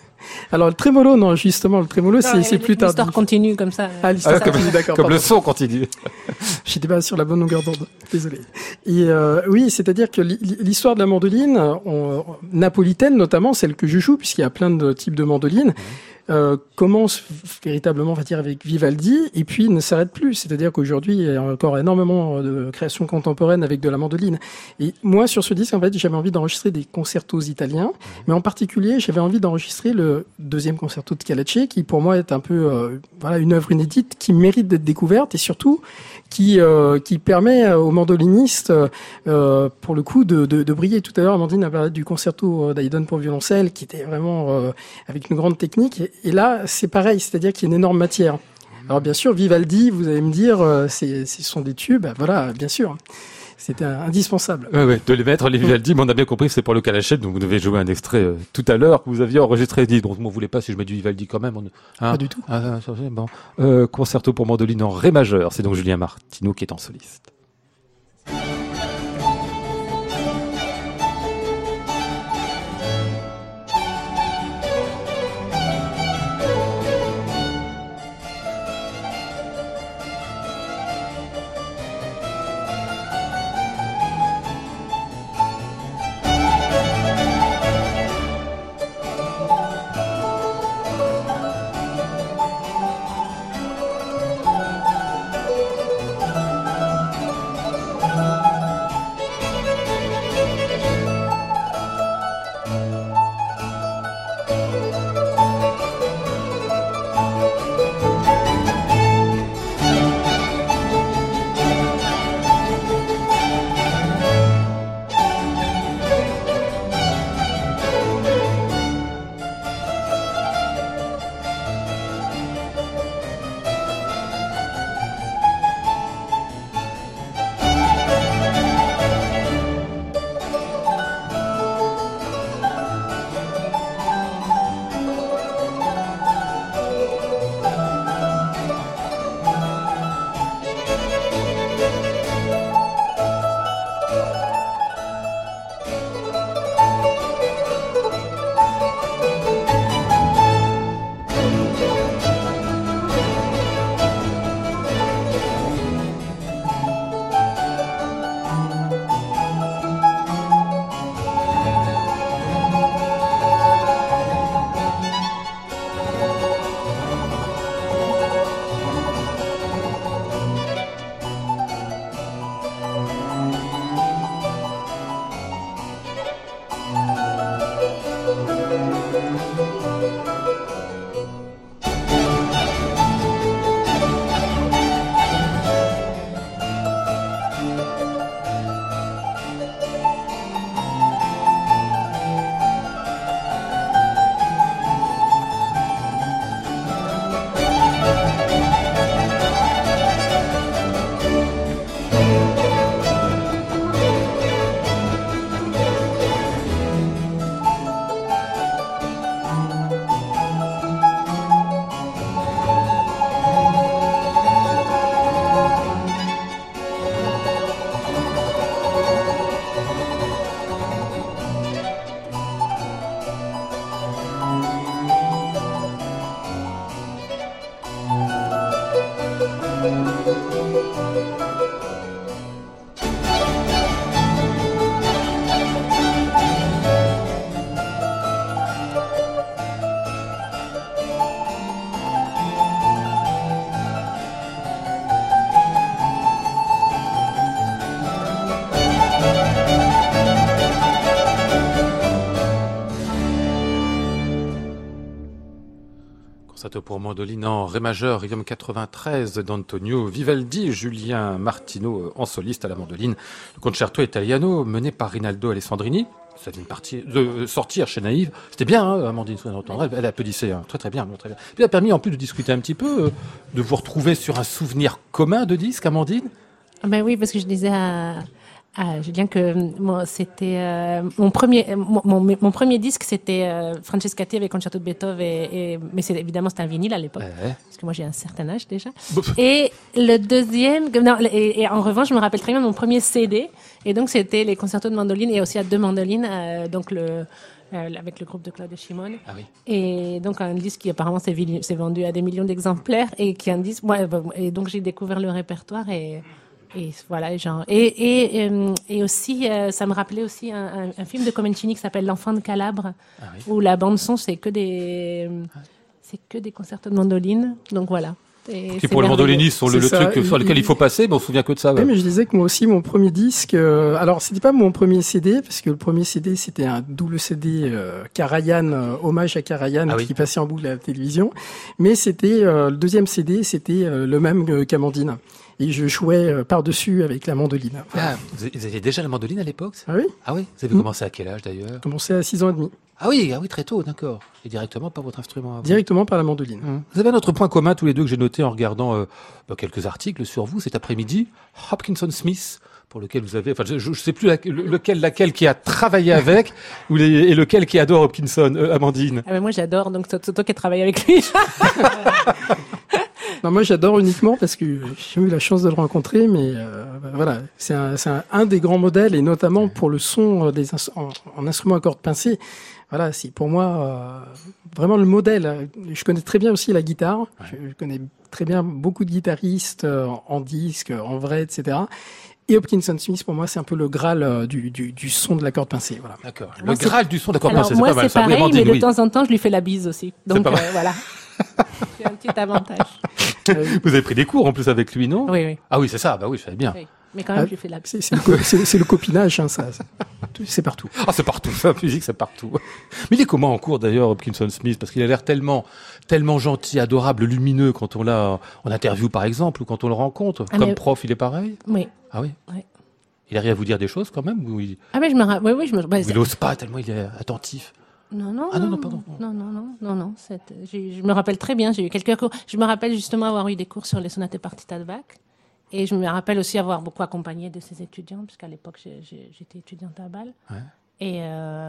[SPEAKER 4] Alors le trémolo, non, justement, le trémolo, c'est plus tard.
[SPEAKER 1] L'histoire continue comme ça.
[SPEAKER 4] Ah, l'histoire continue, d'accord.
[SPEAKER 3] Comme
[SPEAKER 4] pardon.
[SPEAKER 3] le son continue.
[SPEAKER 4] J'étais pas sur la bonne longueur d'onde. Désolé. Et oui, c'est-à-dire que l'histoire de la mandoline, napolitaine notamment, celle que je joue, puisqu'il y a plein de types de mandolines, commence véritablement, on va dire, avec Vivaldi, et puis ne s'arrête plus. C'est-à-dire qu'aujourd'hui, il y a encore énormément de créations contemporaines avec de la mandoline. Et moi, sur ce disque, en fait, j'avais envie d'enregistrer des concertos italiens, mais en particulier, j'avais envie d'enregistrer le deuxième concerto de Scalacci, qui pour moi est un peu, voilà, une œuvre inédite qui mérite d'être découverte, et surtout qui permet aux mandolinistes, pour le coup, de briller. Tout à l'heure, Amandine a parlé du concerto d'Haydn pour violoncelle, qui était vraiment avec une grande technique. Et là, c'est pareil, c'est-à-dire qu'il y a une énorme matière. Alors bien sûr, Vivaldi, vous allez me dire, ce sont des tubes. Voilà, bien sûr. C'était indispensable.
[SPEAKER 3] Oui, de les mettre, les Vivaldi, mais on a bien compris que c'est pour le Calachette, donc vous devez jouer un extrait tout à l'heure que vous aviez enregistré. Donc, vous voulez pas si je mets du Vivaldi quand même
[SPEAKER 4] Pas du tout.
[SPEAKER 3] Bon. Concerto pour mandoline en ré majeur, c'est donc Julien Martineau qui est en soliste. Concerto pour mandoline en ré majeur, Requiem 93 d'Antonio Vivaldi, Julien Martineau en soliste à la mandoline. Le concerto italiano mené par Rinaldo Alessandrini. Ça vient de sortir chez Naïve. C'était bien, hein, Amandine, elle applaudissait, hein. Très bien. Puis ça a permis en plus de discuter un petit peu, de vous retrouver sur un souvenir commun de disque, Amandine.
[SPEAKER 1] Ben oui, parce que je disais à Julien que moi, c'était mon premier disque, c'était Francescatti avec Concerto de Beethoven mais évidemment c'était un vinyle à l'époque parce que moi j'ai un certain âge déjà. Et le deuxième, et en revanche je me rappelle très bien mon premier CD, et donc c'était les concertos de mandoline et aussi à deux mandolines, donc avec le groupe de Claude Shimon.
[SPEAKER 3] Ah oui.
[SPEAKER 1] Et donc un disque qui apparemment s'est vendu à des millions d'exemplaires et qui est un disque. Et donc j'ai découvert le répertoire et voilà, genre. Et aussi, ça me rappelait aussi un film de Comencini qui s'appelle L'Enfant de Calabre, où la bande son c'est que des concertos de mandoline. Donc voilà.
[SPEAKER 3] Qui pour le mandoliniste sont le truc sur lequel il faut passer, mais on se souvient que de ça.
[SPEAKER 4] Ouais. Oui, mais je disais que moi aussi, mon premier disque, alors c'était pas mon premier CD, parce que le premier CD c'était un double CD Karajan, hommage à Karajan, qui passait en boucle à la télévision, mais c'était le deuxième CD, c'était le même qu'Amandine. Et je jouais par-dessus avec la mandoline.
[SPEAKER 3] Ah, vous aviez déjà la mandoline à l'époque?
[SPEAKER 4] Ah oui.
[SPEAKER 3] Ah oui. Vous avez commencé à quel âge d'ailleurs?
[SPEAKER 4] J'ai commencé à 6 ans et demi.
[SPEAKER 3] Ah oui, très tôt, d'accord. Et directement par votre instrument?
[SPEAKER 4] Directement par la mandoline.
[SPEAKER 3] Vous avez un autre point commun tous les deux que j'ai noté en regardant quelques articles sur vous cet après-midi. Hopkinson Smith, pour lequel vous avez, enfin je sais plus laquelle qui a travaillé avec et lequel qui adore Hopkinson, Amandine.
[SPEAKER 1] Ah ben moi j'adore, donc c'est toi qui as travaillé avec lui.
[SPEAKER 4] Non, moi j'adore uniquement parce que j'ai eu la chance de le rencontrer, mais voilà, c'est un des grands modèles et notamment pour le son en instruments à cordes pincées. Voilà, c'est pour moi vraiment le modèle. Je connais très bien aussi la guitare. Je connais très bien beaucoup de guitaristes en disque, en vrai, etc. Et Hopkinson Smith, pour moi, c'est un peu le Graal du son de la corde pincée. Voilà.
[SPEAKER 3] D'accord. Le Graal du son de la corde pincée,
[SPEAKER 1] c'est
[SPEAKER 3] pas
[SPEAKER 1] mal.
[SPEAKER 3] Moi,
[SPEAKER 1] c'est pareil, mais de temps en temps, je lui fais la bise aussi. Donc voilà. C'est un petit avantage.
[SPEAKER 3] Vous avez pris des cours en plus avec lui, non?
[SPEAKER 1] Oui.
[SPEAKER 3] Ah oui, c'est ça. Bah oui, je savais bien.
[SPEAKER 1] Oui. Mais quand même, je lui fais la bise.
[SPEAKER 4] C'est le copinage, hein, ça. C'est partout.
[SPEAKER 3] Ah, c'est partout. La musique, c'est partout. Mais il est comment en cours d'ailleurs, Hopkinson Smith? Parce qu'il a l'air tellement gentil, adorable, lumineux quand on l'a en interview par exemple ou quand on le rencontre. Comme prof, il est pareil?
[SPEAKER 1] Oui.
[SPEAKER 3] Ah oui.
[SPEAKER 1] Oui.
[SPEAKER 3] Il arrive à vous dire des choses quand même? Ou il...
[SPEAKER 1] Ah mais
[SPEAKER 3] il n'ose pas tellement il est attentif.
[SPEAKER 1] Non,
[SPEAKER 3] pardon.
[SPEAKER 1] Non. Je me rappelle très bien, j'ai eu quelques cours. Je me rappelle justement avoir eu des cours sur les sonates et partitas de Bach. Et je me rappelle aussi avoir beaucoup accompagné de ces étudiants, puisqu'à l'époque, j'étais étudiante à Bâle. Ouais.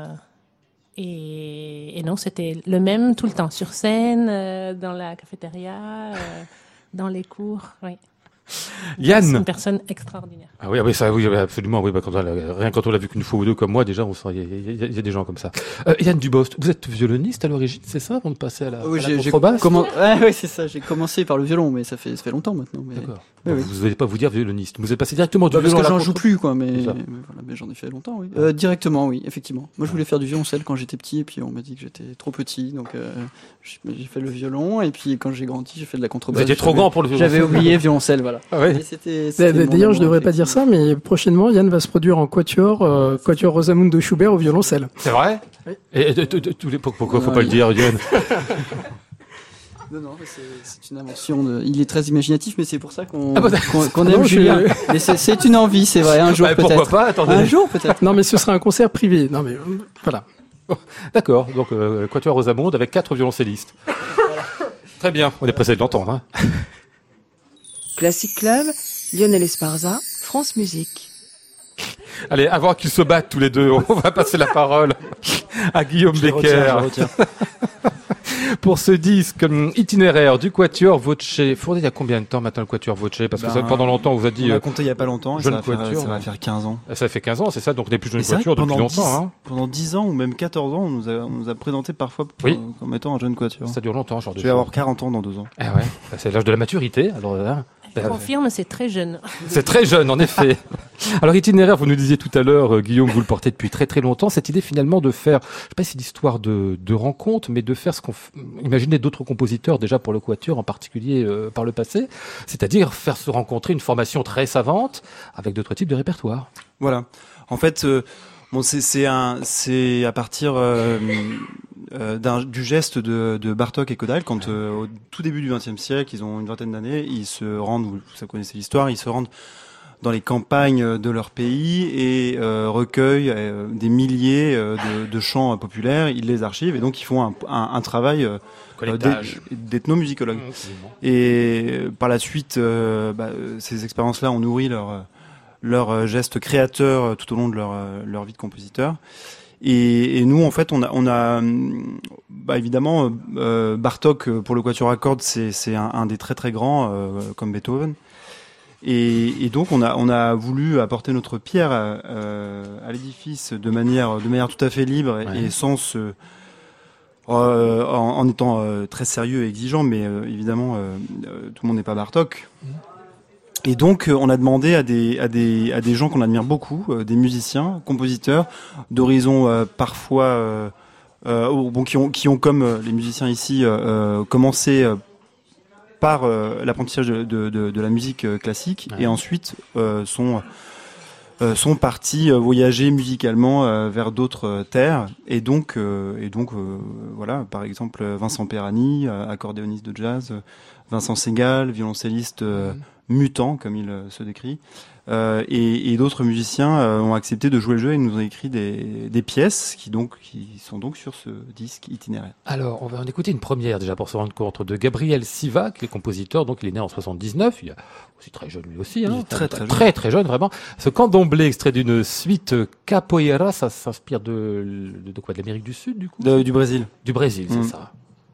[SPEAKER 1] Et non, c'était le même tout le temps, sur scène, dans la cafétéria, dans les cours, oui.
[SPEAKER 3] Yann.
[SPEAKER 1] C'est une personne extraordinaire.
[SPEAKER 3] Ah oui, ça, oui, absolument. Oui, rien quand on l'a vu qu'une fois ou deux comme moi, déjà, on sent il y a des gens comme ça. Yann Dubost, vous êtes violoniste à l'origine, c'est ça, avant de passer à la contrebasse?
[SPEAKER 7] Oui, c'est ça. J'ai commencé par le violon, mais ça fait longtemps maintenant. Mais...
[SPEAKER 3] D'accord. Vous n'allez pas vous dire violoniste. Vous êtes passé directement du violon
[SPEAKER 7] parce que
[SPEAKER 3] à la
[SPEAKER 7] j'en joue plus, quoi. Mais j'en ai fait longtemps, oui. Directement, oui, effectivement. Moi, je voulais faire du violoncelle quand j'étais petit, et puis on m'a dit que j'étais trop petit, donc j'ai fait le violon, et puis quand j'ai grandi, j'ai fait de la contrebasse.
[SPEAKER 3] Vous étiez trop grand pour le violoncelle.
[SPEAKER 7] J'avais oublié violoncelle, voilà.
[SPEAKER 3] Ah ouais.
[SPEAKER 4] D'ailleurs, je devrais pas dire ça, mais prochainement, Yann va se produire en quatuor Rosamundo Schubert au violoncelle.
[SPEAKER 3] C'est vrai? Oui. Et pourquoi faut pas le dire, Yann?
[SPEAKER 7] Non, c'est une invention. Il est très imaginatif, mais c'est pour ça qu'on aime Julien. Mais c'est une envie, c'est vrai. Un jour peut-être.
[SPEAKER 3] Pourquoi pas? Attendez.
[SPEAKER 7] Un jour peut-être.
[SPEAKER 4] Non, mais ce sera un concert privé. Non, mais voilà.
[SPEAKER 3] D'accord. Donc quatuor Rosamunde avec 4 violoncellistes. Très bien. On est pressé de l'entendre. Hein.
[SPEAKER 6] Classic Club, Lionel Esparza, France Musique.
[SPEAKER 3] Allez, avant qu'ils se battent tous les deux, on va passer la parole à Guillaume Becker.
[SPEAKER 7] Je retiens.
[SPEAKER 3] Pour ce disque itinéraire du Quatuor Voce. Fournier, il y a combien de temps maintenant le Quatuor Voce? Parce que pendant longtemps, on vous a dit...
[SPEAKER 5] On a compté il y a pas longtemps, et ça va faire 15 ans.
[SPEAKER 3] Ça fait 15 ans, c'est ça? Donc on est plus jeune Quatuor depuis longtemps. Hein.
[SPEAKER 5] Pendant 10 ans ou même 14 ans, on nous a présenté parfois comme étant un jeune Quatuor.
[SPEAKER 3] Ça dure longtemps, genre de...
[SPEAKER 5] Je vais avoir 40 ans dans 2 ans.
[SPEAKER 3] Ah ouais, c'est l'âge de la maturité. Alors là...
[SPEAKER 1] Je confirme, c'est très jeune.
[SPEAKER 3] C'est très jeune, en effet. Alors, itinéraire, vous nous disiez tout à l'heure, Guillaume, vous le portez depuis très très longtemps, cette idée finalement de faire, je sais pas si c'est l'histoire de rencontre, mais de faire ce qu'on imaginait d'autres compositeurs déjà pour le Quatuor, en particulier par le passé, c'est-à-dire faire se rencontrer une formation très savante avec d'autres types de répertoires.
[SPEAKER 5] Voilà. En fait, c'est à partir du geste de Bartók et Kodály quand au tout début du XXe siècle, ils ont une vingtaine d'années, ils se rendent, vous connaissez l'histoire, ils se rendent dans les campagnes de leur pays et recueillent des milliers de chants populaires, ils les archivent et donc ils font un travail d'ethnomusicologue. Et par la suite, ces expériences-là ont nourri leur geste créateur tout au long de leur vie de compositeur. Et nous, en fait, on a évidemment Bartók pour le quatuor à cordes, c'est un des très très grands comme Beethoven. Et donc on a voulu apporter notre pierre à l'édifice de manière tout à fait libre et sans se en étant très sérieux et exigeant, mais évidemment tout le monde n'est pas Bartók. Et donc on a demandé à des gens qu'on admire beaucoup, des musiciens, compositeurs d'horizons parfois qui ont comme les musiciens ici commencé par l'apprentissage de la musique classique et ensuite sont partis voyager musicalement vers d'autres terres et donc voilà, par exemple Vincent Perani, accordéoniste de jazz, Vincent Segal, violoncelliste mutant comme il se décrit, et d'autres musiciens ont accepté de jouer le jeu et nous ont écrit des pièces qui sont donc sur ce disque itinéraire.
[SPEAKER 3] Alors, on va en écouter une première déjà pour se rendre compte de Gabriel Siva, qui est compositeur, donc il est né en 79, il est aussi très jeune lui aussi, hein,
[SPEAKER 5] il est
[SPEAKER 3] très jeune vraiment. Ce candomblé extrait d'une suite capoeira, ça s'inspire de quoi, de l'Amérique du Sud du coup
[SPEAKER 5] du Brésil.
[SPEAKER 3] Du Brésil, c'est ça.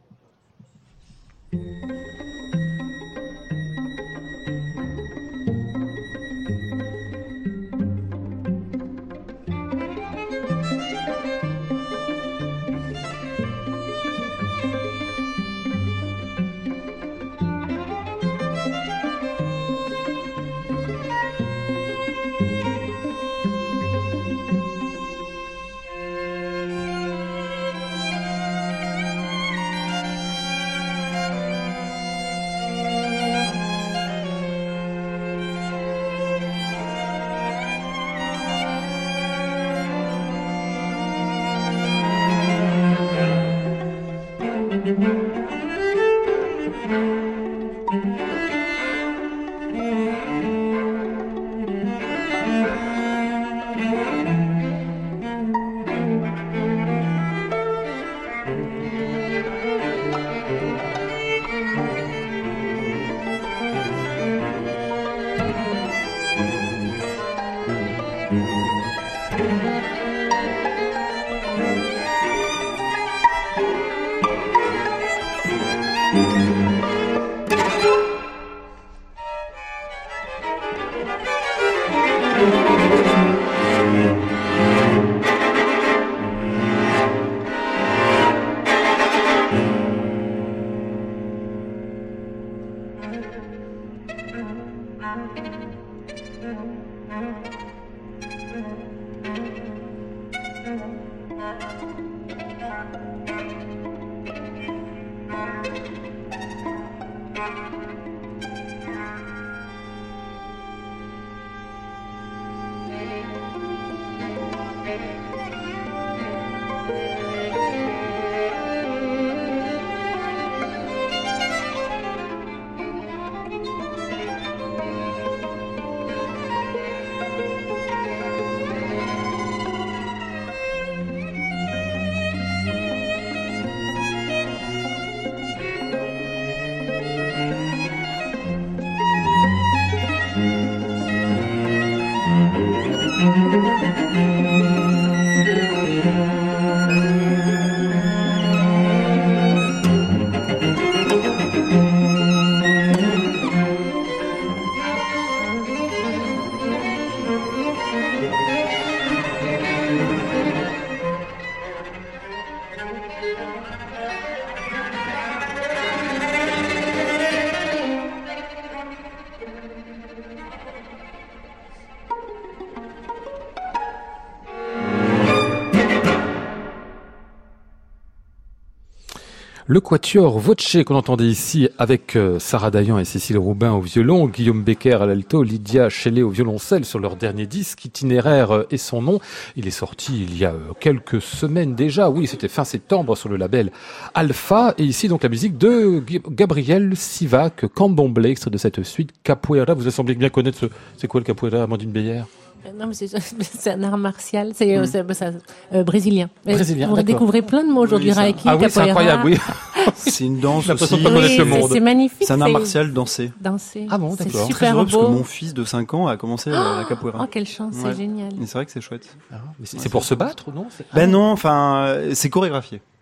[SPEAKER 3] Le quatuor Voce qu'on entendait ici avec Sarah Dayan et Cécile Roubin au violon, Guillaume Becker à l'alto, Lydia Shelley au violoncelle sur leur dernier disque, Itinéraire et son nom. Il est sorti il y a quelques semaines déjà, oui, c'était fin septembre sur le label Alpha. Et ici donc la musique de Gabriel Sivac, candomblé, extrait de cette suite Capoeira. Vous semblez bien connaître c'est quoi le Capoeira, Amandine Beyer?
[SPEAKER 1] Non, mais c'est un art martial, c'est brésilien.
[SPEAKER 3] Brésilien,
[SPEAKER 1] vous découvrez plein de mots aujourd'hui,
[SPEAKER 5] Oui,
[SPEAKER 1] Reiki,
[SPEAKER 3] ah oui, c'est incroyable, oui.
[SPEAKER 5] C'est une danse
[SPEAKER 3] l'impression
[SPEAKER 5] aussi.
[SPEAKER 3] de pas connaître le monde.
[SPEAKER 1] C'est magnifique.
[SPEAKER 5] C'est un art martial dansé.
[SPEAKER 3] Ah bon,
[SPEAKER 1] c'est
[SPEAKER 3] d'accord.
[SPEAKER 5] Très
[SPEAKER 1] super
[SPEAKER 5] heureux
[SPEAKER 1] beau.
[SPEAKER 5] parce que mon fils de 5 ans a commencé la capoeira.
[SPEAKER 1] Oh, quelle chance,
[SPEAKER 5] Ouais.
[SPEAKER 1] c'est génial.
[SPEAKER 5] Et c'est vrai que c'est chouette.
[SPEAKER 3] Mais c'est pour se battre, non?
[SPEAKER 5] Ben non, enfin, c'est chorégraphié.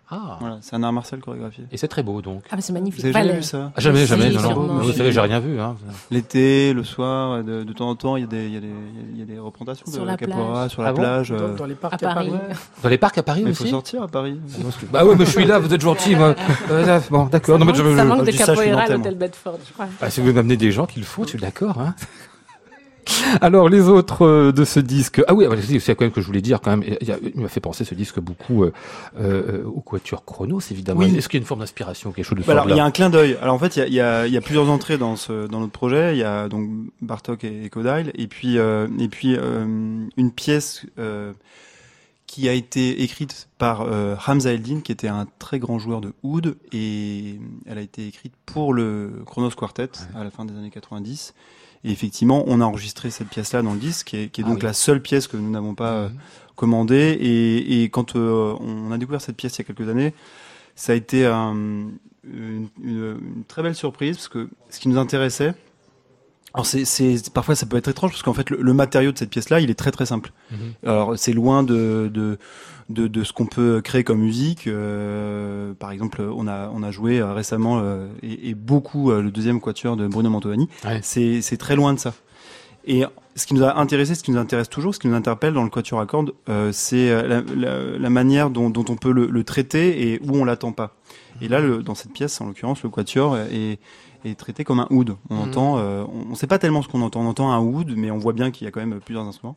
[SPEAKER 3] Ah.
[SPEAKER 5] Voilà, c'est un art martial chorégraphié.
[SPEAKER 3] Et c'est très beau donc.
[SPEAKER 1] Ah, bah, c'est magnifique.
[SPEAKER 5] Vous avez jamais vu ça?
[SPEAKER 3] Ah, jamais,
[SPEAKER 1] Si,
[SPEAKER 3] non,
[SPEAKER 1] sûrement.
[SPEAKER 3] non. Vous savez, j'ai rien vu. Hein.
[SPEAKER 5] L'été, le soir, de temps en temps, il y a des représentations
[SPEAKER 1] Sur
[SPEAKER 5] de
[SPEAKER 1] la
[SPEAKER 5] capoeira
[SPEAKER 1] plage.
[SPEAKER 5] sur la
[SPEAKER 3] Ah bon
[SPEAKER 5] plage.
[SPEAKER 4] Dans les parcs
[SPEAKER 1] À Paris.
[SPEAKER 3] Dans les parcs à Paris
[SPEAKER 5] Mais il faut
[SPEAKER 3] aussi.
[SPEAKER 5] sortir à Paris.
[SPEAKER 3] Bah ouais, mais je suis là, vous êtes gentil. Moi. Bon, d'accord. Non, mais
[SPEAKER 1] Ça manque
[SPEAKER 5] je
[SPEAKER 1] de
[SPEAKER 5] dis ça, je suis
[SPEAKER 1] capoeira à
[SPEAKER 5] nantais,
[SPEAKER 1] l'hôtel Bedford, je crois.
[SPEAKER 3] Si vous m'amenez des gens qui le font, je suis d'accord. Hein. Alors les autres de ce disque. Ah oui, c'est quand même que je voulais dire quand même. Il m'a fait penser ce disque beaucoup au Quatuor Chronos évidemment.
[SPEAKER 5] Oui.
[SPEAKER 3] Est-ce qu'il y a une forme d'inspiration, quelque chose de
[SPEAKER 5] Alors il y a
[SPEAKER 3] semblable?
[SPEAKER 5] un clin d'œil. Alors en fait il y a plusieurs entrées dans notre projet. Il y a donc Bartók et Kodály et puis une pièce qui a été écrite par Hamza Eldin, qui était un très grand joueur de oud, et elle a été écrite pour le Chronos Quartet à la fin des années 90. Et effectivement, on a enregistré cette pièce-là dans le disque, qui est donc la seule pièce que nous n'avons pas commandée. Et quand on a découvert cette pièce il y a quelques années, ça a été une très belle surprise, parce que ce qui nous intéressait, alors parfois ça peut être étrange, parce qu'en fait le matériau de cette pièce-là, il est très très simple. Alors c'est loin de ce qu'on peut créer comme musique. Par exemple, on a joué récemment et beaucoup le deuxième quatuor de Bruno Mantovani.
[SPEAKER 3] Ouais.
[SPEAKER 5] C'est très loin de ça. Et ce qui nous a intéressé, ce qui nous intéresse toujours, ce qui nous interpelle dans le quatuor à cordes, c'est la manière dont on peut le traiter et où on l'attend pas. Et là, dans cette pièce, en l'occurrence, le quatuor est traité comme un oud. On entend, on sait pas tellement ce qu'on entend. On entend un oud, mais on voit bien qu'il y a quand même plusieurs instruments.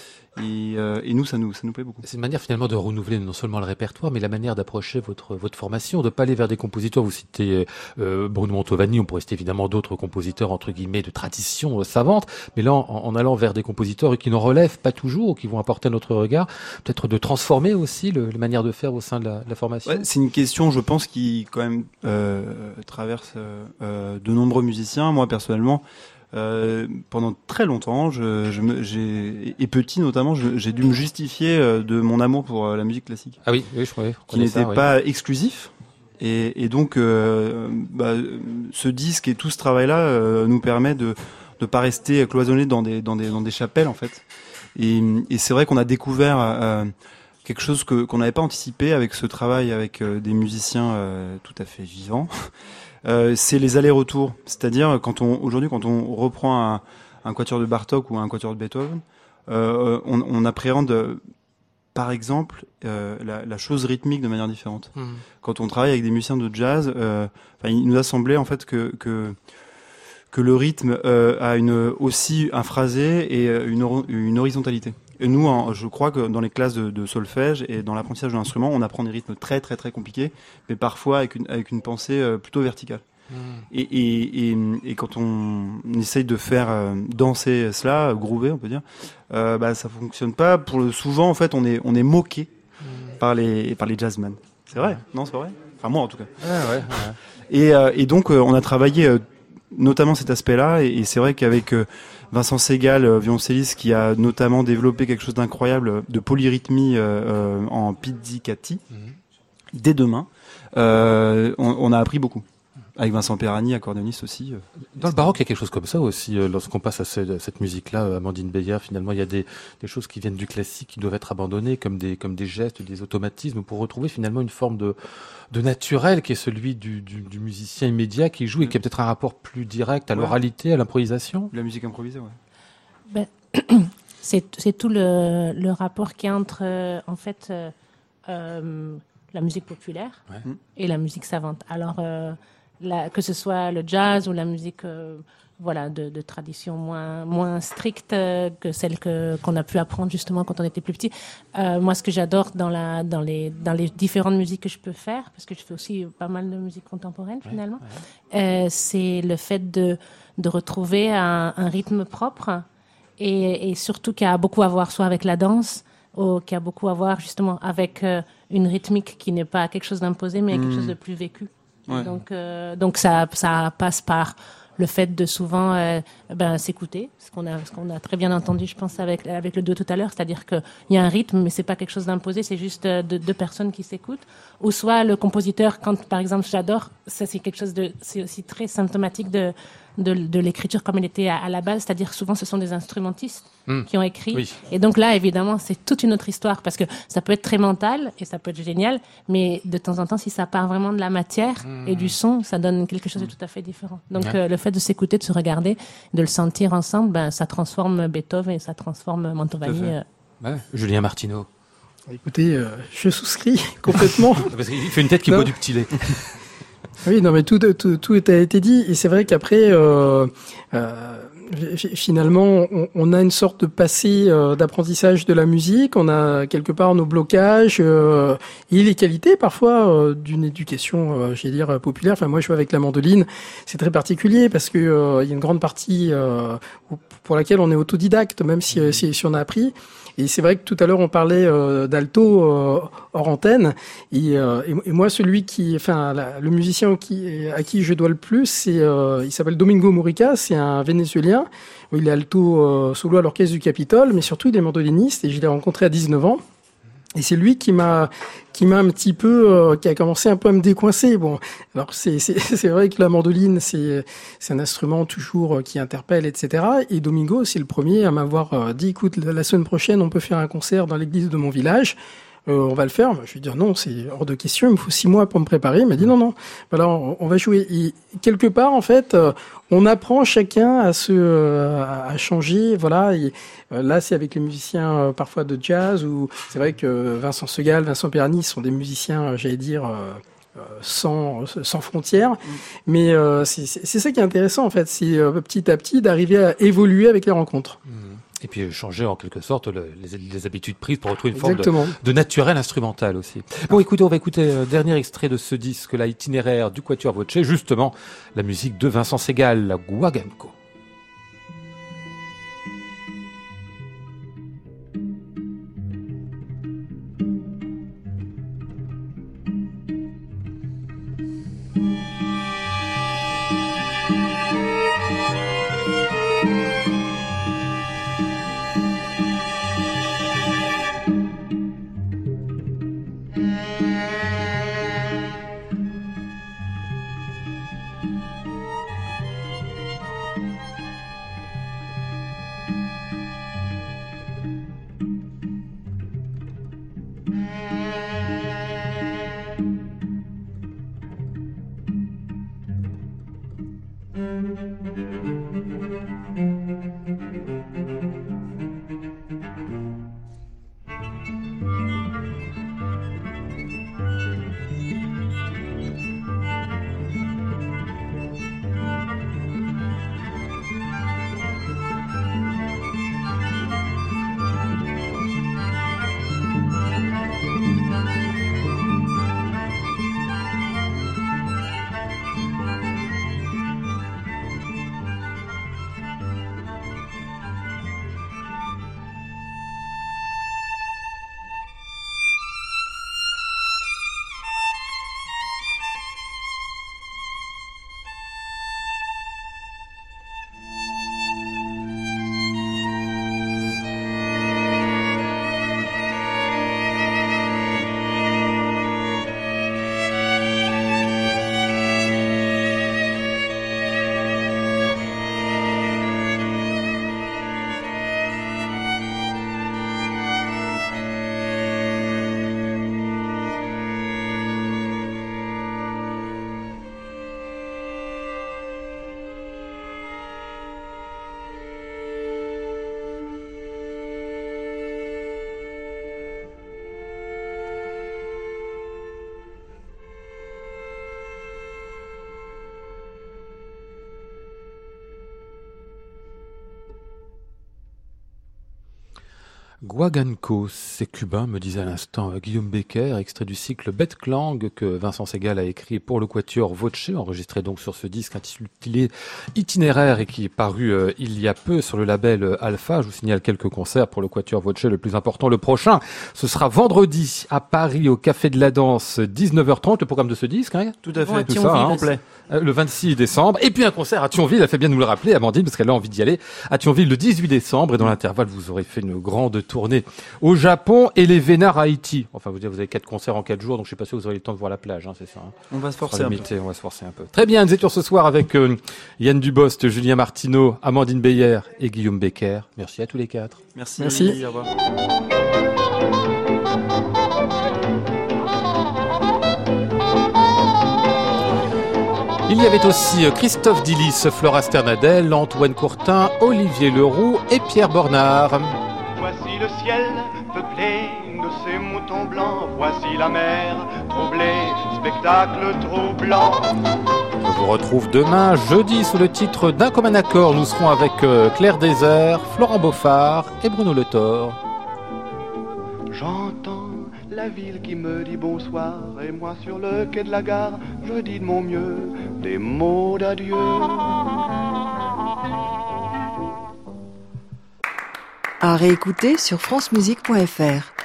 [SPEAKER 5] Et nous, ça nous plaît beaucoup.
[SPEAKER 3] C'est une manière finalement de renouveler non seulement le répertoire, mais la manière d'approcher votre formation, de pas aller vers des compositeurs. Vous citez Bruno Mantovani, on pourrait citer évidemment d'autres compositeurs entre guillemets de tradition savante, mais là en allant vers des compositeurs qui n'en relèvent pas toujours, qui vont apporter notre regard, peut-être de transformer aussi la manière de faire au sein de la formation.
[SPEAKER 5] Ouais, c'est une question, je pense, qui quand même traverse de nombreux musiciens. Moi personnellement, pendant très longtemps, et petit notamment, j'ai dû me justifier de mon amour pour la musique classique,
[SPEAKER 3] Ah oui, je croyais.
[SPEAKER 5] qui n'était pas exclusif. Et donc, ce disque et tout ce travail-là nous permet de pas rester cloisonné dans des chapelles en fait. Et c'est vrai qu'on a découvert quelque chose qu'on n'avait pas anticipé avec ce travail avec des musiciens tout à fait vivants. C'est les allers-retours, c'est-à-dire aujourd'hui quand on reprend un quatuor de Bartók ou un quatuor de Beethoven, on appréhende par exemple la chose rythmique de manière différente. Quand on travaille avec des musiciens de jazz, il nous a semblé en fait que le rythme a aussi un phrasé et une horizontalité. Et nous, je crois que dans les classes de solfège et dans l'apprentissage de l'instrument, on apprend des rythmes très très très compliqués, mais parfois avec une pensée plutôt verticale. Et quand on essaye de faire danser cela, groover, on peut dire, ça fonctionne pas. Souvent, en fait, on est moqué par les jazzmen. C'est vrai, non, c'est vrai. Enfin moi, en tout cas. Et donc, on a travaillé notamment cet aspect-là, et c'est vrai qu'avec Vincent Segal, violoncelliste, qui a notamment développé quelque chose d'incroyable de polyrythmie en pizzicati, dès demain, on a appris beaucoup. Avec Vincent Perani, accordéoniste aussi.
[SPEAKER 3] Dans le baroque, il y a quelque chose comme ça aussi. Lorsqu'on passe à cette musique-là, Amandine Beyer, finalement, il y a des choses qui viennent du classique qui doivent être abandonnées, comme des gestes, des automatismes, pour retrouver finalement une forme de naturel qui est celui du musicien immédiat qui joue et qui a peut-être un rapport plus direct à l'oralité, à l'improvisation.
[SPEAKER 5] La musique improvisée, ouais.
[SPEAKER 1] C'est tout le rapport qui est entre en fait la musique populaire et la musique savante. Alors que ce soit le jazz ou la musique de tradition moins stricte que celle qu'on a pu apprendre justement quand on était plus petit. Moi, ce que j'adore dans les différentes musiques que je peux faire, parce que je fais aussi pas mal de musique contemporaine finalement, c'est le fait de retrouver un rythme propre et surtout qui a beaucoup à voir soit avec la danse ou qui a beaucoup à voir justement avec une rythmique qui n'est pas quelque chose d'imposé mais quelque chose de plus vécu. Ouais. Donc ça passe par le fait de souvent s'écouter, ce qu'on a très bien entendu, je pense, avec le duo tout à l'heure, c'est-à-dire qu'il y a un rythme, mais c'est pas quelque chose d'imposé, c'est juste deux personnes qui s'écoutent. Ou soit le compositeur, quand par exemple j'adore, ça c'est quelque chose c'est aussi très symptomatique de l'écriture comme elle était à la base, c'est-à-dire souvent ce sont des instrumentistes qui ont écrit.
[SPEAKER 3] Oui.
[SPEAKER 1] Et donc là, évidemment, c'est toute une autre histoire parce que ça peut être très mental et ça peut être génial, mais de temps en temps, si ça part vraiment de la matière et du son, ça donne quelque chose de tout à fait différent. Donc le fait de s'écouter, de se regarder, de le sentir ensemble, ben, ça transforme Beethoven et ça transforme Mantovani.
[SPEAKER 3] Ouais. Julien Martineau.
[SPEAKER 4] Écoutez, je souscris complètement.
[SPEAKER 3] Parce qu'il fait une tête qui boit du petit lait.
[SPEAKER 4] Oui, non, mais tout a été dit. Et c'est vrai qu'après, finalement, on a une sorte de passé d'apprentissage de la musique. On a quelque part nos blocages et les qualités parfois d'une éducation, j'allais dire populaire. Enfin, moi, je vois avec la mandoline, c'est très particulier parce que il y a une grande partie pour laquelle on est autodidacte, même si on a appris. Et c'est vrai que tout à l'heure on parlait d'alto hors antenne. Et moi, le musicien à qui je dois le plus, il s'appelle Domingo Murica. C'est un Vénézuélien. Il est alto solo à l'orchestre du Capitole, mais surtout il est mandoliniste. Et je l'ai rencontré à 19 ans. Et c'est lui qui m'a un petit peu, qui a commencé un peu à me décoincer. Bon, alors c'est vrai que la mandoline, c'est un instrument toujours qui interpelle, etc. Et Domingo, c'est le premier à m'avoir dit, écoute, la semaine prochaine, on peut faire un concert dans l'église de mon village. On va le faire. Je lui ai dit non, c'est hors de question. Il me faut 6 mois pour me préparer. Il m'a dit non. Voilà, on va jouer. Et quelque part, en fait, on apprend chacun à changer. Voilà. Et là, c'est avec les musiciens parfois de jazz où c'est vrai que Vincent Segal, Vincent Perny sont des musiciens, j'allais dire. Sans frontières, mais c'est ça qui est intéressant en fait, c'est petit à petit d'arriver à évoluer avec les rencontres.
[SPEAKER 3] Et puis changer en quelque sorte les habitudes prises pour retrouver une
[SPEAKER 4] Exactement.
[SPEAKER 3] forme de naturel instrumental aussi. Bon, écoutez, on va écouter dernier extrait de ce disque-là, Itinéraire du Quatuor Voce, justement la musique de Vincent Segal, la Guaganco. Guaganco, c'est cubain, me disait à l'instant Guillaume Becker, extrait du cycle Bête Clang que Vincent Segal a écrit pour le Quatuor Voce, enregistré donc sur ce disque intitulé Itinéraire et qui est paru il y a peu sur le label Alpha. Je vous signale quelques concerts pour le Quatuor Voce, le plus important, le prochain. Ce sera vendredi à Paris au Café de la Danse, 19h30, le programme de ce disque. Hein,
[SPEAKER 5] tout à fait,
[SPEAKER 1] ouais,
[SPEAKER 5] tout ça, complet.
[SPEAKER 3] Le 26 décembre. Et puis un concert à Thionville, elle fait bien de nous le rappeler, Amandine, parce qu'elle a envie d'y aller, à Thionville le 18 décembre. Et dans l'intervalle, vous aurez fait une grande tournée au Japon et les Vénards à Haïti. Enfin, vous avez 4 concerts en 4 jours, donc je suis pas sûr que vous aurez le temps de voir la plage, hein, c'est ça. Hein.
[SPEAKER 5] On va se forcer un peu.
[SPEAKER 3] On va se forcer un peu. Très bien, nous étions ce soir avec Yann Dubost, Julien Martineau, Amandine Beyer et Guillaume Becker. Merci à tous les 4.
[SPEAKER 5] Merci. Au revoir.
[SPEAKER 3] Il y avait aussi Christophe Dillis, Flora Sternadel, Antoine Courtin, Olivier Leroux et Pierre Bornard.
[SPEAKER 2] Voici le ciel peuplé de ces moutons blancs. Voici la mer troublée, spectacle troublant.
[SPEAKER 3] Je vous retrouve demain, jeudi, sous le titre d'Un commun accord. Nous serons avec Claire Désert, Florent Beaufard et Bruno Le Thor.
[SPEAKER 2] J'entends la ville qui me dit bonsoir. Et moi sur le quai de la gare, je dis de mon mieux des mots d'adieu.
[SPEAKER 6] À réécouter sur francemusique.fr.